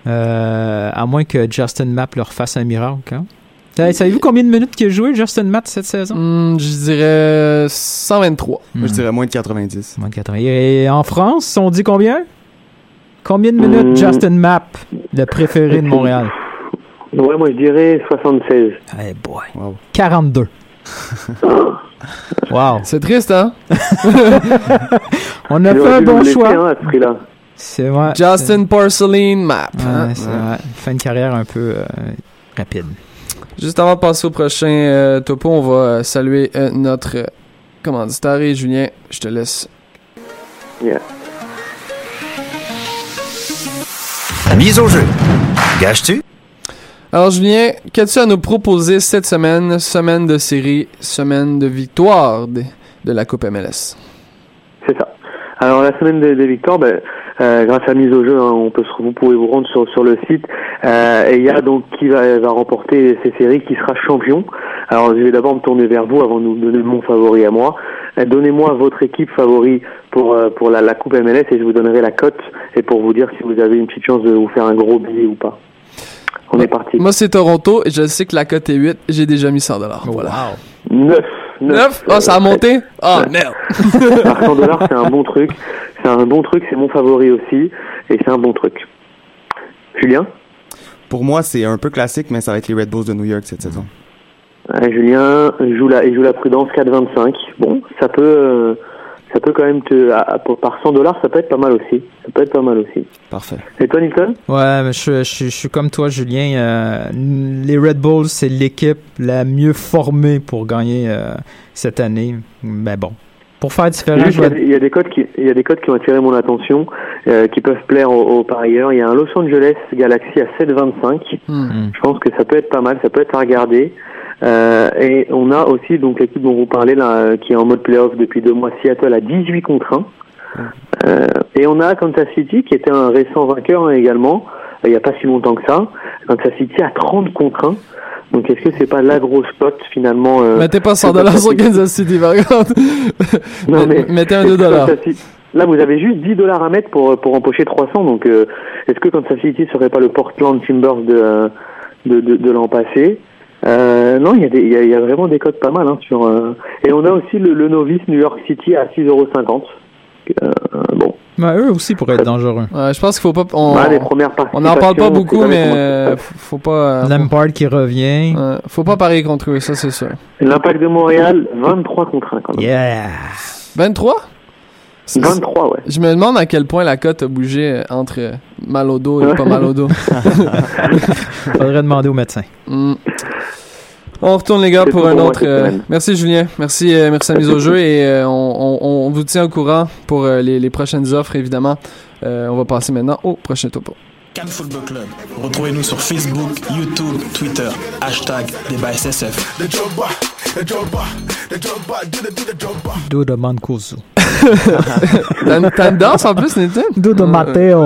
Euh, à moins que Justin Mapp leur fasse un miracle. Hein? Savez-vous combien de minutes qu'il a joué, Justin Mapp, cette saison? Mm, je dirais cent vingt-trois. Mm. Moi, je dirais moins de quatre-vingt-dix. Moins de quatre-vingt-dix. Et en France, on dit combien? Combien de minutes mm. Justin Mapp, le préféré de Montréal? Ouais, moi, je dirais soixante-seize. Hey boy. Wow. quarante-deux. Wow. C'est triste, hein? On a fait un bon choix. Hein, à ce prix-là. C'est vrai. Justin c'est... Porcelain Mapp. Ouais, hein? c'est ouais. vrai. Fin de carrière un peu euh, rapide. Juste avant de passer au prochain euh, topo, on va euh, saluer euh, notre euh, commanditaire. Et Julien, je te laisse. Yeah. Mise au jeu. Gages-tu? Alors Julien, qu'as-tu à nous proposer cette semaine? Semaine de série, semaine de victoire de, de la Coupe M L S. C'est ça. Alors la semaine des, des victoires, ben, euh, grâce à mise au jeu, hein, on peut se, vous pouvez vous rendre sur sur le site. Euh, et il y a donc qui va, va remporter ces séries, qui sera champion. Alors je vais d'abord me tourner vers vous avant de nous donner mon favori à moi. Euh, donnez-moi votre équipe favori pour euh, pour la, la Coupe M L S et je vous donnerai la cote et pour vous dire si vous avez une petite chance de vous faire un gros billet ou pas. On est parti. Moi c'est Toronto et je sais que la cote est huit. J'ai déjà mis cent dollars. Voilà. Wow. neuf. neuf Oh, ça a monté? Oh, merde! Alors, cent dollars, c'est un bon truc. C'est un bon truc, c'est mon favori aussi. Et c'est un bon truc. Julien? Pour moi, c'est un peu classique, mais ça va être les Red Bulls de New York cette saison. Euh, Julien joue la, il joue la prudence quatre vingt-cinq. Bon, ça peut, euh, ça peut quand même te, à, à, par cent dollars, ça peut être pas mal aussi. Ça peut être pas mal aussi. Parfait. Et toi, Nicolas? Ouais, mais je, je, je suis comme toi, Julien. Euh, les Red Bulls, c'est l'équipe la mieux formée pour gagner euh, cette année. Mais bon, pour faire différent, je vois... il, y a, il y a des codes qui, il y a des codes qui ont attiré mon attention, euh, qui peuvent plaire aux, aux parieurs. Il y a un Los Angeles Galaxy à sept vingt-cinq. Mm-hmm. Je pense que ça peut être pas mal, ça peut être à regarder. Euh, et on a aussi donc l'équipe dont vous parlez là, qui est en mode playoff depuis deux mois, Seattle à dix-huit contre un. Euh, et on a Kansas City qui était un récent vainqueur hein, également, il n'y a pas si longtemps que ça. Kansas City à trente contre un. Donc est-ce que c'est pas la grosse cote finalement euh, Mettez pas cent dollars sur Kansas City par contre. Non mais mettez un deux dollars. Là vous avez juste dix dollars à mettre pour pour empocher trois cents. Donc euh, est-ce que Kansas City serait pas le Portland Timbers de de de, de l'an passé? Euh, non, il y a des, il y a, il y a vraiment des codes pas mal hein, sur. Euh... Et on a aussi le, le novice New York City à six euros cinquante. Euh, bon. Bah, eux aussi pourraient être dangereux. Ouais, je pense qu'il faut pas. On, bah, les premières on n'en parle pas beaucoup, mais euh, faut pas. Euh, Lampard qui revient. Euh, faut pas parier contre eux, ça c'est sûr. L'Impact de Montréal, vingt-trois contre un quand même. Yeah. vingt-trois vingt-trois, ouais. Je me demande à quel point la cote a bougé entre mal au dos et pas mal au dos. Faudrait demander au médecin. Mm. On retourne les gars C'est pour tout un pour moi autre. cette euh, semaine. merci Julien, merci, euh, merci à mise au jeu et euh, on, on, on vous tient au courant pour euh, les, les prochaines offres évidemment. Euh, on va passer maintenant au prochain topo. Cannes Football Club. Retrouvez-nous sur Facebook, YouTube, Twitter, hashtag débat S S F. Do de Mancuso. T'as, t'as une danse en plus, Nathan? Do de Matteo.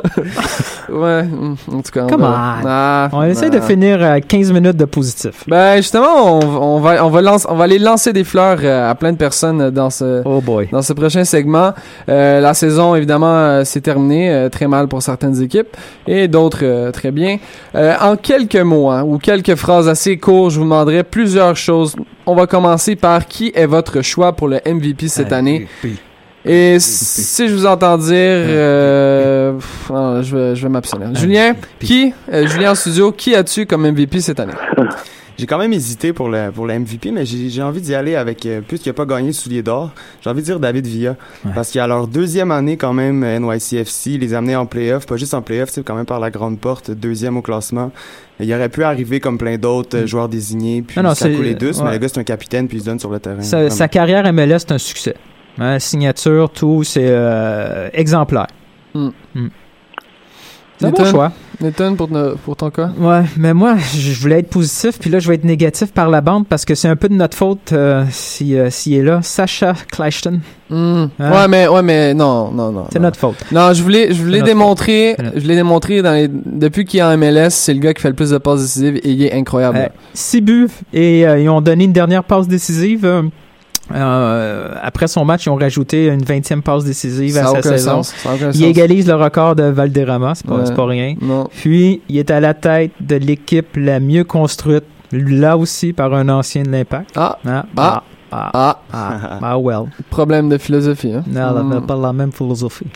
Ouais, en tout cas. On Come va, on. Ah, On essaie ah. de finir à quinze minutes de positif. Ben justement, on, on va on va lance, on va aller lancer des fleurs euh, à plein de personnes dans ce Oh boy. dans ce prochain segment. Euh, la saison évidemment euh, s'est terminée euh, très mal pour certaines équipes et d'autres euh, très bien. Euh, en quelques mots hein, ou quelques phrases assez courtes, je vous demanderai plusieurs choses. On va commencer par qui est votre choix pour le M V P cette année. Et si je vous entends dire, euh, pff, non, je vais, je vais m'abstenir. Julien, qui, euh, Julien en studio, qui as-tu comme M V P cette année? J'ai quand même hésité pour le pour le M V P, mais j'ai j'ai envie d'y aller avec, euh, puisqu'il n'a pas gagné le soulier d'or, j'ai envie de dire David Villa. Ouais. Parce qu'à leur deuxième année quand même, N Y C F C les amener en play-off, pas juste en play-off, c'est quand même par la grande porte, deuxième au classement. Il aurait pu arriver comme plein d'autres euh, joueurs désignés, puis Non, non, ça c'est- coulait douce, ouais. mais le gars c'est un capitaine, puis il se donne sur le terrain. Sa, vraiment. sa carrière M L S, c'est un succès. Hein, signature, tout, c'est euh, exemplaire. Mm. Mm. C'est un bon Nathan? choix. Nathan, pour, no- pour ton cas? Ouais, mais moi, je voulais être positif, puis là, je vais être négatif par la bande parce que c'est un peu de notre faute euh, si, euh, s'il est là. Sacha Clashton, Mm. Hein? Ouais, mais, ouais, mais non, non, non. c'est non. notre faute. Non, je voulais, je voulais notre démontrer, C'est notre- je l'ai démontré dans les, depuis qu'il est en M L S, c'est le gars qui fait le plus de passes décisives et il est incroyable. Euh, six buts et euh, ils ont donné une dernière passe décisive. euh, euh, après son match, ils ont rajouté une vingtième passe décisive ça à n'a sa aucun saison. sens. Ça n'a aucun Il sens. égalise le record de Valderrama, c'est pas, Ouais. c'est pas rien. Non. Puis, il est à la tête de l'équipe la mieux construite, là aussi par un ancien de l'Impact. Ah, Ah, Ah. ah, ah, ah, ah, well. problème de philosophie, hein. Non, elle Mm. n'a pas la même philosophie.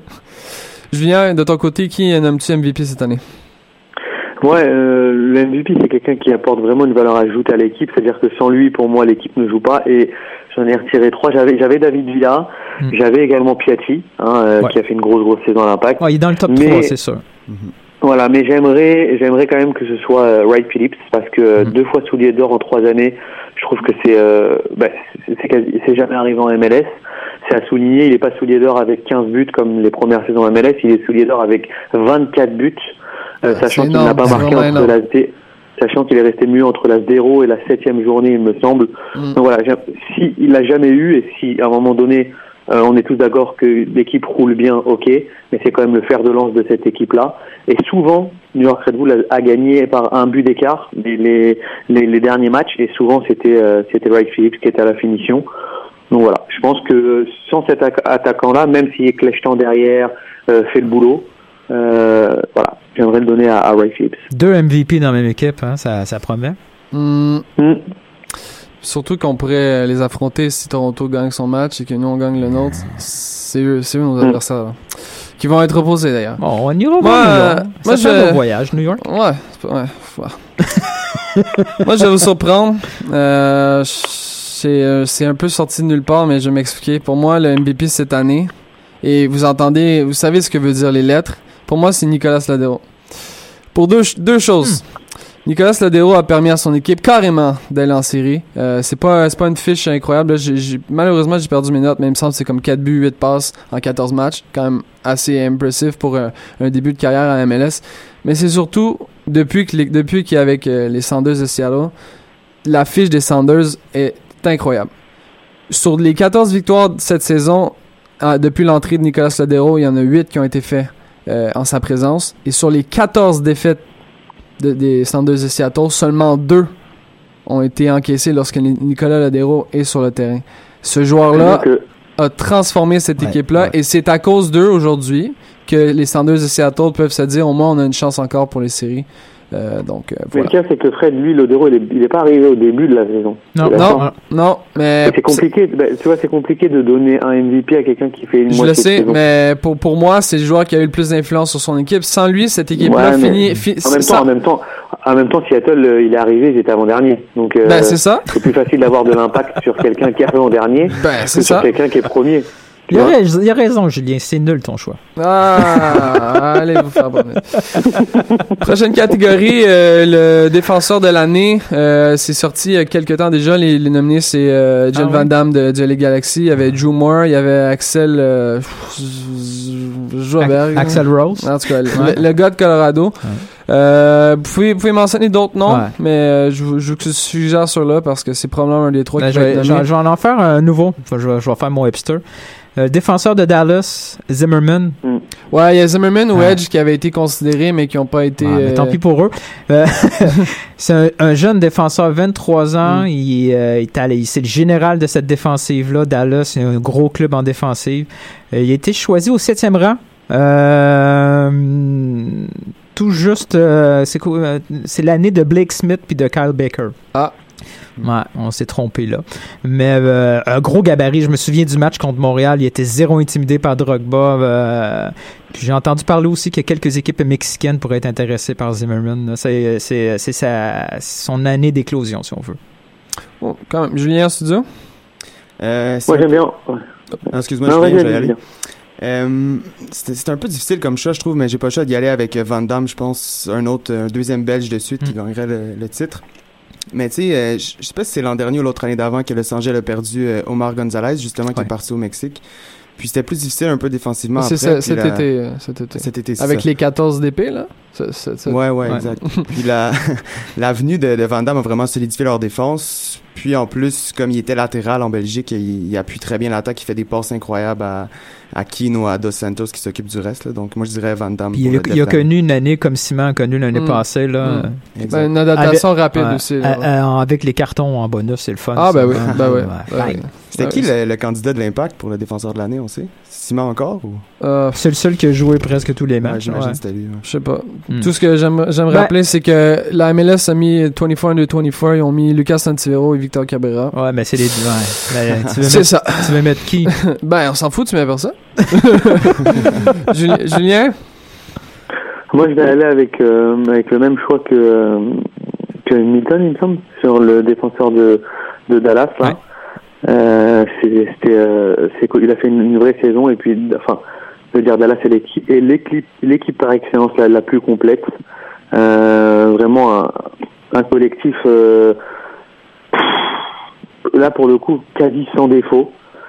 Julien, de ton côté, qui nommes-tu M V P cette année? Ouais, euh, le M V P, c'est quelqu'un qui apporte vraiment une valeur ajoutée à l'équipe. C'est-à-dire que sans lui, pour moi, l'équipe ne joue pas. Et j'en ai retiré trois. J'avais, j'avais David Villa. Mm. J'avais également Piatti, hein, euh, Ouais. qui a fait une grosse, grosse saison à l'Impact. Ouais, il est dans le top Mais- trois, c'est sûr. Voilà, mais j'aimerais, j'aimerais quand même que ce soit euh, Wright Phillips parce que Mm. deux fois soulier d'or en trois années, je trouve que c'est, euh, bah, c'est, c'est, quasi- c'est jamais arrivé en M L S. C'est à souligner, il n'est pas soulier d'or avec quinze buts comme les premières saisons M L S, il est soulier d'or avec vingt-quatre buts, euh, C'est sachant qu'il énorme, n'a pas c'est marqué vraiment entre énorme. la D- sachant qu'il est resté mieux entre la zéro et la septième journée, il me semble. Mm. Donc voilà, j'ai- si il l'a jamais eu et si à un moment donné, euh, on est tous d'accord que l'équipe roule bien, ok, mais c'est quand même le fer de lance de cette équipe-là. Et souvent, New York Red Bull a, a gagné par un but d'écart les, les, les, les derniers matchs, et souvent c'était euh, c'était Wright Phillips qui était à la finition. Donc voilà, je pense que sans cet atta- attaquant-là, même si Clechton derrière euh, fait le boulot, euh, voilà, j'aimerais le donner à, à Wright Phillips. Deux M V P dans la même équipe, hein, ça, ça promet. Mm. Hmm. Surtout qu'on pourrait les affronter si Toronto gagne son match et que nous on gagne le nôtre. C'est eux, c'est eux nos Mm. adversaires. là. Qui vont être opposés d'ailleurs. Bon, on ira Moi, voir New euh, York. moi, Ça fait je- un voyage, New York. Ouais, c'est pas- ouais. ouais. Moi, je vais vous surprendre. Euh, c'est, euh, c'est un peu sorti de nulle part, mais je vais m'expliquer. Pour moi, le M V P cette année, et vous entendez, vous savez ce que veut dire les lettres. Pour moi, c'est Nicolas Ladero. Pour deux, deux choses. Nicolas Ladero a permis à son équipe carrément d'aller en série. Euh, c'est pas c'est pas une fiche incroyable. Là, j'ai, j'ai- malheureusement, j'ai perdu mes notes, mais il me semble que c'est comme quatre buts, huit passes en quatorze matchs. Quand même assez impressif pour un, un début de carrière à M L S. Mais c'est surtout, depuis, que les, depuis qu'il est avec euh, les Sounders de Seattle, la fiche des Sounders est incroyable. Sur les quatorze victoires de cette saison, ah, depuis l'entrée de Nicolas Ladero, il y en a huit qui ont été faits euh, en sa présence. Et sur les quatorze défaites de, des Sounders de Seattle, seulement deux ont été encaissés lorsque Ni- Nicolas Ladero est sur le terrain. Ce joueur-là Donc, euh, a transformé cette Ouais, équipe-là ouais. et c'est à cause d'eux aujourd'hui que les Sounders de Seattle peuvent se dire au moins on a une chance encore pour les séries. Euh, donc euh, mais voilà. le cas, c'est que Fred, lui, Lodero, il est, il est pas arrivé au début de la saison. Non, T'es Non, d'accord? non, mais Et c'est compliqué, ben, tu vois, c'est compliqué de donner un M V P à quelqu'un qui fait une je moitié le de sais, saison. mais pour pour moi c'est le joueur qui a eu le plus d'influence sur son équipe. Sans lui, cette équipe-là Ouais, mais finit. fi- En même sans- temps, en même temps, en même temps, Seattle, euh, il est arrivé, ils étaient avant-dernier. Donc, euh, Ben c'est ça. c'est plus facile d'avoir de l'impact sur quelqu'un qui arrive en dernier Ben que c'est sur ça. quelqu'un qui est premier. Il a, raison, il a raison, Julien. C'est nul ton choix. Ah, allez vous faire bonner. Prochaine catégorie, euh, le défenseur de l'année. Euh, c'est sorti il y a quelques temps déjà. Les, les nominés, c'est euh, Jill ah, Van Damme de, de L A Galaxy. Il y avait Drew Moore. Il y avait Axel euh, Joberg. Axel Rose. En tout cas, ouais. le, le gars de Colorado. Ouais. Euh, vous pouvez, vous pouvez mentionner d'autres noms, ouais. mais euh, je, je, je suggère sur là parce que c'est probablement un des trois ben, qui je, va être nommé. Je, je vais en faire un nouveau. Je, je, je vais faire mon hipster. Euh, défenseur de Dallas, Zimmerman. Mm. Ouais, il y a Zimmerman ou Edge ouais. qui avaient été considérés, mais qui n'ont pas été... Ouais, mais tant pis pour eux. Euh, c'est un, un jeune défenseur, vingt-trois ans. Mm. Il, euh, il est allé, c'est le général de cette défensive-là. Dallas, c'est un gros club en défensive. Euh, il a été choisi au septième rang. Euh, tout juste... Euh, c'est, euh, c'est l'année de Blake Smith puis de Kyle Baker. Ah. Ouais, on s'est trompé là. Mais euh, un gros gabarit. Je me souviens du match contre Montréal. Il était zéro intimidé par Drogba. Euh, puis j'ai entendu parler aussi que quelques équipes mexicaines pourraient être intéressées par Zimmerman. C'est, c'est, c'est sa, son année d'éclosion, si on veut. Bon, quand même. Julien, en studio? Euh, Moi, j'aime bien. Ouais. Ah, excuse-moi, non, Julien, je vais y aller. Euh, c'était, c'était un peu difficile comme choix, je trouve, mais j'ai pas le choix d'y aller avec Van Damme, je pense, un autre, un deuxième Belge de suite mm. qui gagnerait le, le titre. Mais tu sais, euh, je sais pas si c'est l'an dernier ou l'autre année d'avant que Los Angeles a perdu euh, Omar Gonzalez, justement, qui ouais. est parti au Mexique. Puis c'était plus difficile un peu défensivement c'est après. C'est cet la... été. Euh, cet été. Cet été, c'est Avec ça. les quatorze D P, là? C'est, c'est, c'est... Ouais, ouais, ouais, exact. Puis la, la venue de, de Van Damme a vraiment solidifié leur défense. Puis en plus, comme il était latéral en Belgique, il, il appuie très bien l'attaque, il fait des passes incroyables à, à Keane ou à Dos Santos qui s'occupe du reste. Là. Donc moi, je dirais Van Damme. Puis il, a, il a connu une année comme Simon a connu l'année mmh. passée. Là. Mmh. Ben, une adaptation avec, rapide ouais, aussi. Là, euh, avec les cartons en bonus, c'est le fun. Ah, ben oui. Ah, ben ouais. ouais. Ouais. Ouais. C'était qui le, le candidat de l'Impact pour le défenseur de l'année, on sait? Simon encore? Ou? Euh, c'est le seul qui a joué presque tous les matchs. Ouais, j'imagine ouais. que c'était lui. Ouais. Je sais pas. Mm. Tout ce que j'aime, j'aime ben, rappeler, c'est que la M L S a mis vingt-quatre under vingt-quatre. Ils ont mis Lucas Santivero et Victor Cabrera. Ouais, mais c'est les deux. Ouais. Ben, tu veux c'est mettre, ça. Tu veux mettre qui? Ben, on s'en fout, tu mets personne. Julien? Moi, je vais aller avec, euh, avec le même choix que, euh, que Milton, il me semble, sur le défenseur de, de Dallas. Là. Ouais. Euh, c'est, c'était, euh, c'est, il a fait une, une vraie saison et puis, enfin, je veux dire, Dallas est l'équipe, est l'équipe, l'équipe par excellence la, la plus complète. Euh, vraiment un, un collectif, euh, là pour le coup, quasi sans défaut.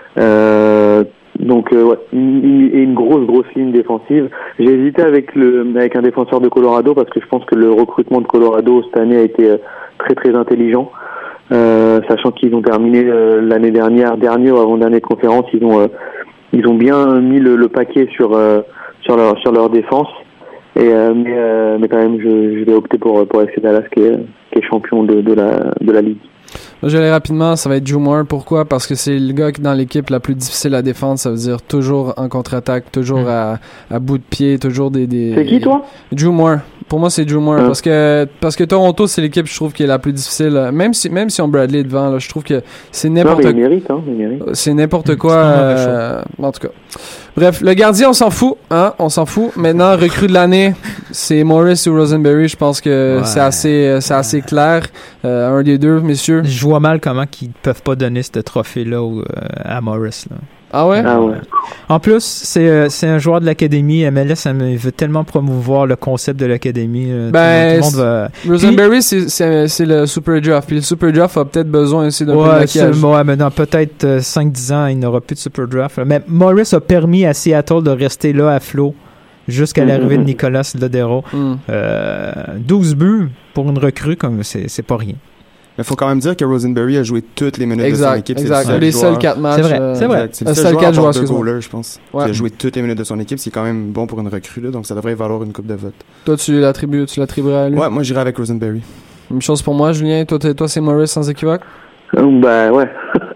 Euh, donc, euh, ouais, une, une, une grosse, grosse ligne défensive. J'ai hésité avec le, avec un défenseur de Colorado parce que je pense que le recrutement de Colorado cette année a été euh, très, très intelligent. Euh, sachant qu'ils ont terminé euh, l'année dernière, dernière ou avant-dernière conférence, ils ont euh, ils ont bien mis le, le paquet sur euh, sur leur sur leur défense. Et euh, mais euh, mais quand même, je, je vais opter pour pour F C Dallas qui est qui est champion de de la de la ligue. Moi, je vais aller rapidement, ça va être Drew Moore. Pourquoi? Parce que c'est le gars qui est dans l'équipe la plus difficile à défendre. Ça veut dire toujours en contre-attaque, toujours mmh. à, à bout de pied, toujours des, des... C'est qui, toi? Drew Moore. Pour moi, c'est Drew Moore. Mmh. Parce que parce que Toronto, c'est l'équipe, je trouve, qui est la plus difficile. Même si même si on Bradley est devant, là, je trouve que c'est n'importe quoi. Il mérite, hein, il mérite. C'est n'importe quoi. Euh... En tout cas. Bref, le gardien, on s'en fout. Hein? On s'en fout. Maintenant, recrue de l'année, c'est Morris ou Rosenberry. Je pense que ouais. c'est assez c'est assez clair. Euh, un des deux, messieurs. Je vois mal comment qu'ils peuvent pas donner ce trophée-là euh, à Morris. Là. Ah ouais? Ah ouais. En plus, c'est, euh, c'est un joueur de l'académie. M L S il veut tellement promouvoir le concept de l'académie. Euh, ben, tout le monde va... Rosenberry, Puis, c'est, c'est, c'est le Super Draft. Puis le Super Draft a peut-être besoin aussi d'un ouais, peu de maquillage. Ouais, mais dans peut-être euh, cinq dix ans, il n'aura plus de Super Draft. Là. Mais Morris a permis à Seattle de rester là à flot jusqu'à mm-hmm. l'arrivée de Nicolas Lodero. Mm. Euh, douze buts pour une recrue, comme c'est, c'est pas rien. Mais il faut quand même dire que Rosenberry a joué toutes les minutes exact, de son équipe. Exact, c'est les seuls quatre matchs. C'est vrai, euh, c'est vrai. C'est le seul joueur à deux goalers, je pense. Ouais. Qui a joué toutes les minutes de son équipe. C'est quand même bon pour une recrue, là, donc ça devrait valoir une coupe de vote. Toi, tu l'attribues, tu l'attribuerais à lui? Ouais, moi j'irais avec Rosenberry. Même chose pour moi, Julien. Toi, toi c'est Morris sans équivoque? Euh, ben ouais.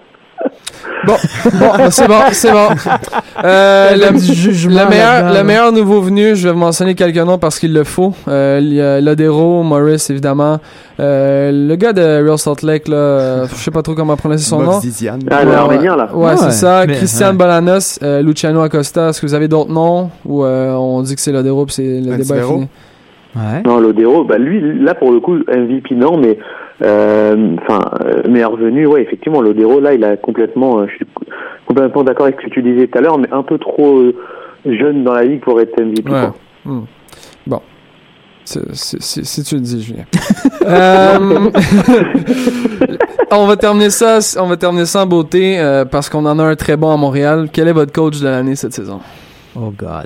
Bon, bon, c'est bon, c'est bon. Euh, le, le, meilleur, le meilleur nouveau venu, je vais vous mentionner quelques noms parce qu'il le faut. Euh, il y a Lodero, Morris, évidemment. Euh, le gars de Real Salt Lake, là, je sais pas trop comment prononcer son nom. Zizian. Ah, ouais, l'Arménien, là. Ouais, ouais, c'est ça. Mais, Christian ouais. Bolanos, euh, Luciano Acosta. Est-ce que vous avez d'autres noms? Ou euh, on dit que c'est Lodero puis c'est le débat est fini? Ouais. Non, Lodero, bah lui, là pour le coup, M V P non, mais enfin euh, meilleur venu, ouais, effectivement, Lodero, là, il a complètement, euh, je suis complètement complètement d'accord avec ce que tu disais tout à l'heure, mais un peu trop euh, jeune dans la ligue pour être M V P. Ouais. Mmh. Bon. C'est, c'est, c'est, si tu le dis, Julien. euh, on va terminer ça, on va terminer ça en beauté euh, parce qu'on en a un très bon à Montréal. Quel est votre coach de l'année cette saison? Oh God.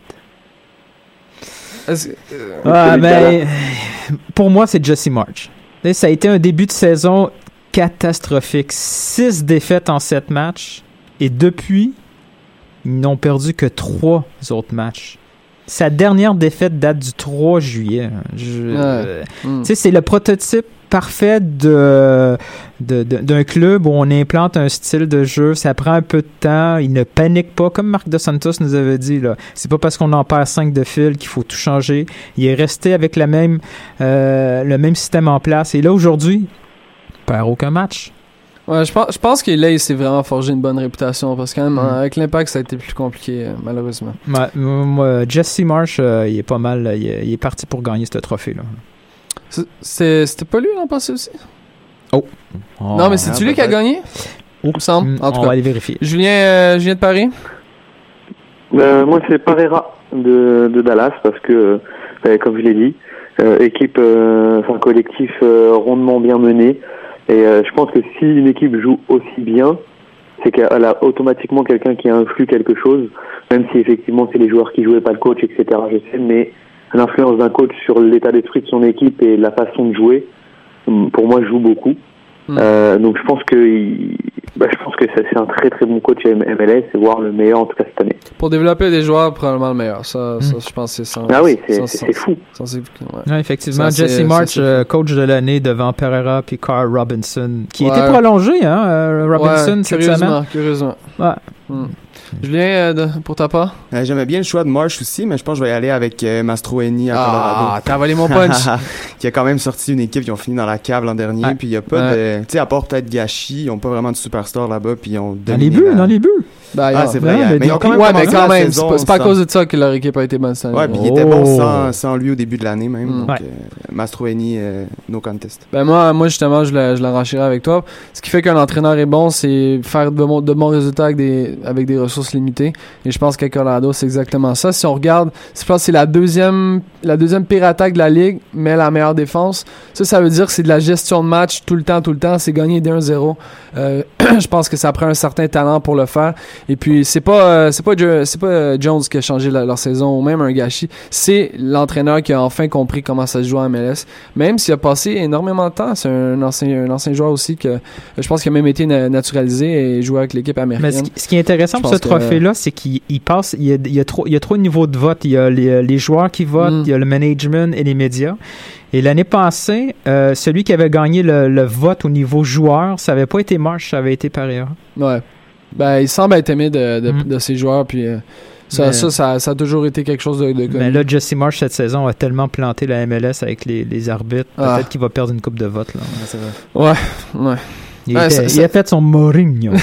Est-ce, euh, ah, ben, pour moi, c'est Jesse March. Ça a été un début de saison catastrophique. Six défaites en sept matchs. Et depuis, ils n'ont perdu que trois autres matchs. Sa dernière défaite date du trois juillet. Je, ouais. euh, mm. Tu sais, c'est le prototype parfait de, de, de, d'un club où on implante un style de jeu. Ça prend un peu de temps. Il ne panique pas. Comme Marc Dos Santos nous avait dit, là, c'est pas parce qu'on en perd cinq de fil qu'il faut tout changer. Il est resté avec la même, euh, le même système en place. Et là, aujourd'hui, il perd aucun match. Ouais, je pense, je pense qu'il là, il s'est vraiment forgé une bonne réputation parce que quand même, mm. avec l'Impact, ça a été plus compliqué, euh, malheureusement. Ouais, moi, Jesse March, euh, il est pas mal. Il est, il est parti pour gagner ce trophée-là. C'est, c'était pas lui l'an passé aussi? Oh. oh non, mais c'est-tu ah, lui qui a gagné? Oh. Il me semble. En tout On cas. va aller vérifier. Julien, euh, Julien de Paris? Euh, moi, c'est Pereira de, de Dallas parce que, euh, comme je l'ai dit, euh, équipe, euh, enfin collectif euh, rondement bien mené. Et euh, je pense que si une équipe joue aussi bien, c'est qu'elle a automatiquement quelqu'un qui influe quelque chose, même si effectivement c'est les joueurs qui jouaient, pas le coach, et cetera. Je sais, mais l'influence d'un coach sur l'état d'esprit de son équipe et la façon de jouer, pour moi, joue beaucoup. Mmh. Euh, donc je pense que il, bah, je pense que c'est, c'est un très très bon coach M L S et voire le meilleur en tout cas cette année. Pour développer des joueurs, probablement le meilleur. Ça, mmh. ça je pense que c'est sans. Ah oui, c'est, sans, c'est, sans, c'est fou. Sans, sans, ouais. Ouais, effectivement, ça, Jesse c'est, March, c'est, euh, coach de l'année devant Pereira puis Carl Robinson, qui ouais. était prolongé, hein, euh, Robinson ouais, cette semaine. Curieusement, ouais. Mmh. Julien, euh, de, pour ta part? Euh, j'aimais bien le choix de Marsh aussi, mais je pense que je vais y aller avec euh, Mastroeni à Colorado. Ah, t'as avalé mon punch! Qui a quand même sorti une équipe, ils ont fini dans la cave l'an dernier, ouais. puis il n'y a pas ouais. de... Tu sais, à part peut-être Gâchis, ils n'ont pas vraiment de superstar là-bas, puis ils ont Dans les buts, la... dans les buts! Ben, ah, c'est vrai, ouais, mais, mais ils ont quand même ouais, mais quand même, c'est pas, c'est pas à sans... cause de ça que leur équipe a été bonne cette année. Ouais, puis oh. il était bon sans, sans lui au début de l'année même, mm. donc ouais. euh, Mastroeni, euh, no contest. Ben moi, moi justement, je, la, je l'enrichirai avec toi. Ce qui fait qu'un entraîneur est bon, c'est faire de bons, de bons résultats avec des, avec des ressources limitées. Et je pense qu'à Colorado, c'est exactement ça. Si on regarde, je pense que c'est la deuxième, la deuxième pire attaque de la ligue, mais la meilleure défense. Ça, ça veut dire que c'est de la gestion de match tout le temps, tout le temps. C'est gagner d'un zéro. Euh, je pense que ça prend un certain talent pour le faire. Et puis, c'est pas, euh, c'est pas, c'est pas Jones qui a changé la, leur saison, ou même un Gâchis. C'est l'entraîneur qui a enfin compris comment ça se joue en M L S. Même s'il a passé énormément de temps. C'est un ancien, un ancien joueur aussi que je pense qu'il a même été na- naturalisé et joué avec l'équipe américaine. Mais ce, qui, ce qui est intéressant je pour ce trophée-là, que... c'est qu'il il passe, il y, a, il, y a trop, il y a trop de niveaux de vote. Il y a les, les joueurs qui votent, mm. il y a le management et les médias. Et l'année passée, euh, celui qui avait gagné le, le vote au niveau joueur, ça n'avait pas été Marsh, ça avait été Pereira. Ouais. Ben, il semble être aimé de, de, mm. de ses joueurs, puis euh, ça, mais, ça, ça, ça a toujours été quelque chose de, de connu. Mais là, Jesse Marsh, cette saison, a tellement planté la M L S avec les, les arbitres, ah. peut-être qu'il va perdre une coupe de vote. Là. Ouais, c'est vrai. Ouais, ouais. Il, ouais, était, ça, il ça... a fait son Mourinho.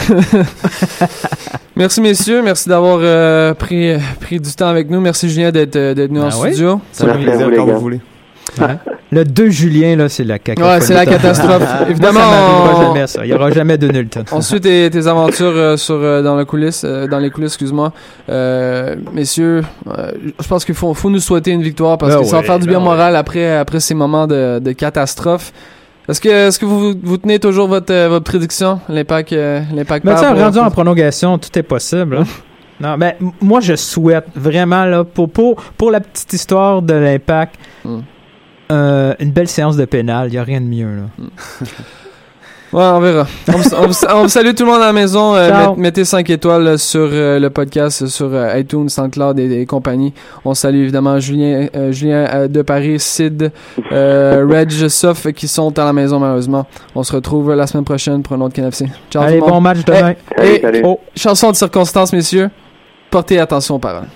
Merci messieurs, merci d'avoir euh, pris, pris du temps avec nous. Merci Julien d'être, d'être venu ah en oui? studio. Ça fait plaisir quand vous voulez. Ouais. Le deux Julien, là, c'est la catastrophe. Ouais, c'est la catastrophe. Évidemment, moi, ça n'arrivera jamais ça. Il n'y aura jamais de Nulton. Ensuite, tes, tes aventures euh, sur euh, dans la coulisse, euh, dans les coulisses, excuse-moi, euh, messieurs. Euh, je pense qu'il faut, faut nous souhaiter une victoire parce ben que ouais, ça va faire du bien ben moral ouais. après après ces moments de, de catastrophe. Est-ce que est-ce que vous vous tenez toujours votre euh, votre prédiction, l'impact euh, l'impact Mais tiens, rendu en prolongation, tout est possible. Hein? Non, mais m- moi je souhaite vraiment là pour pour pour la petite histoire de l'impact. Mm. Euh, une belle séance de pénal, il n'y a rien de mieux là. Ouais, on verra. On, on, on salue tout le monde à la maison. Euh, met, mettez cinq étoiles sur euh, le podcast, sur euh, iTunes, SoundCloud et, et compagnie. On salue évidemment Julien, euh, Julien euh, de Paris, Sid, euh, Reg, Sof qui sont à la maison malheureusement. On se retrouve la semaine prochaine pour un autre K N F C. Ciao. Allez, bon match demain. Et, et, oh, chanson de circonstance, messieurs. Portez attention aux paroles.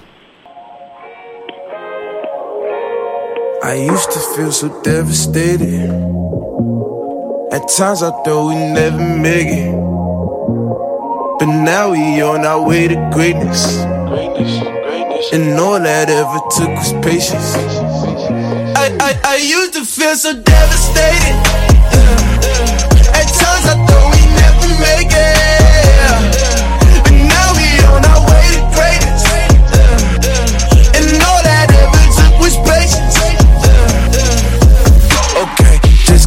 I used to feel so devastated. At times I thought we'd never make it. But now we on our way to greatness. Greatness, greatness. And all that ever took was patience. I, I, I used to feel so devastated. At times I thought we'd never make it. But now we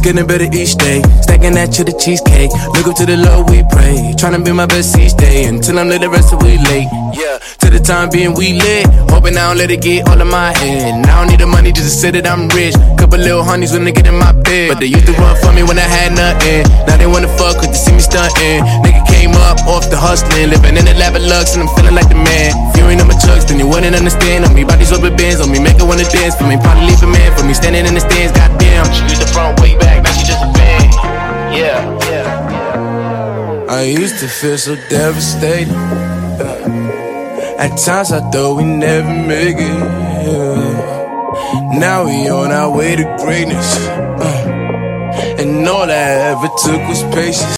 getting better each day. Stacking that to the cheesecake. Look up to the Lord, we pray. Tryna be my best each day until I'm lit, the rest of we late. Yeah, to the time being we lit. Hoping I don't let it get all in my head. I don't need the money just to say that I'm rich. Couple little honeys when they get in my bed, but they used to run for me when I had nothing. Now they wanna fuck cause they see me stunting. Nigga came up off the hustling, living in the lab of lux and I'm feeling like the man. If you ain't on my chucks, then you wouldn't understand. On me, bodies over bands, on me, make her wanna dance. For me, probably leave a man, for me standing in the stands, goddamn. She used the front way back, now she just a fan. Yeah, yeah. I used to feel so devastated. Uh, at times I thought we never make it. Yeah. Now we on our way to greatness. Uh, and all I ever took was patience.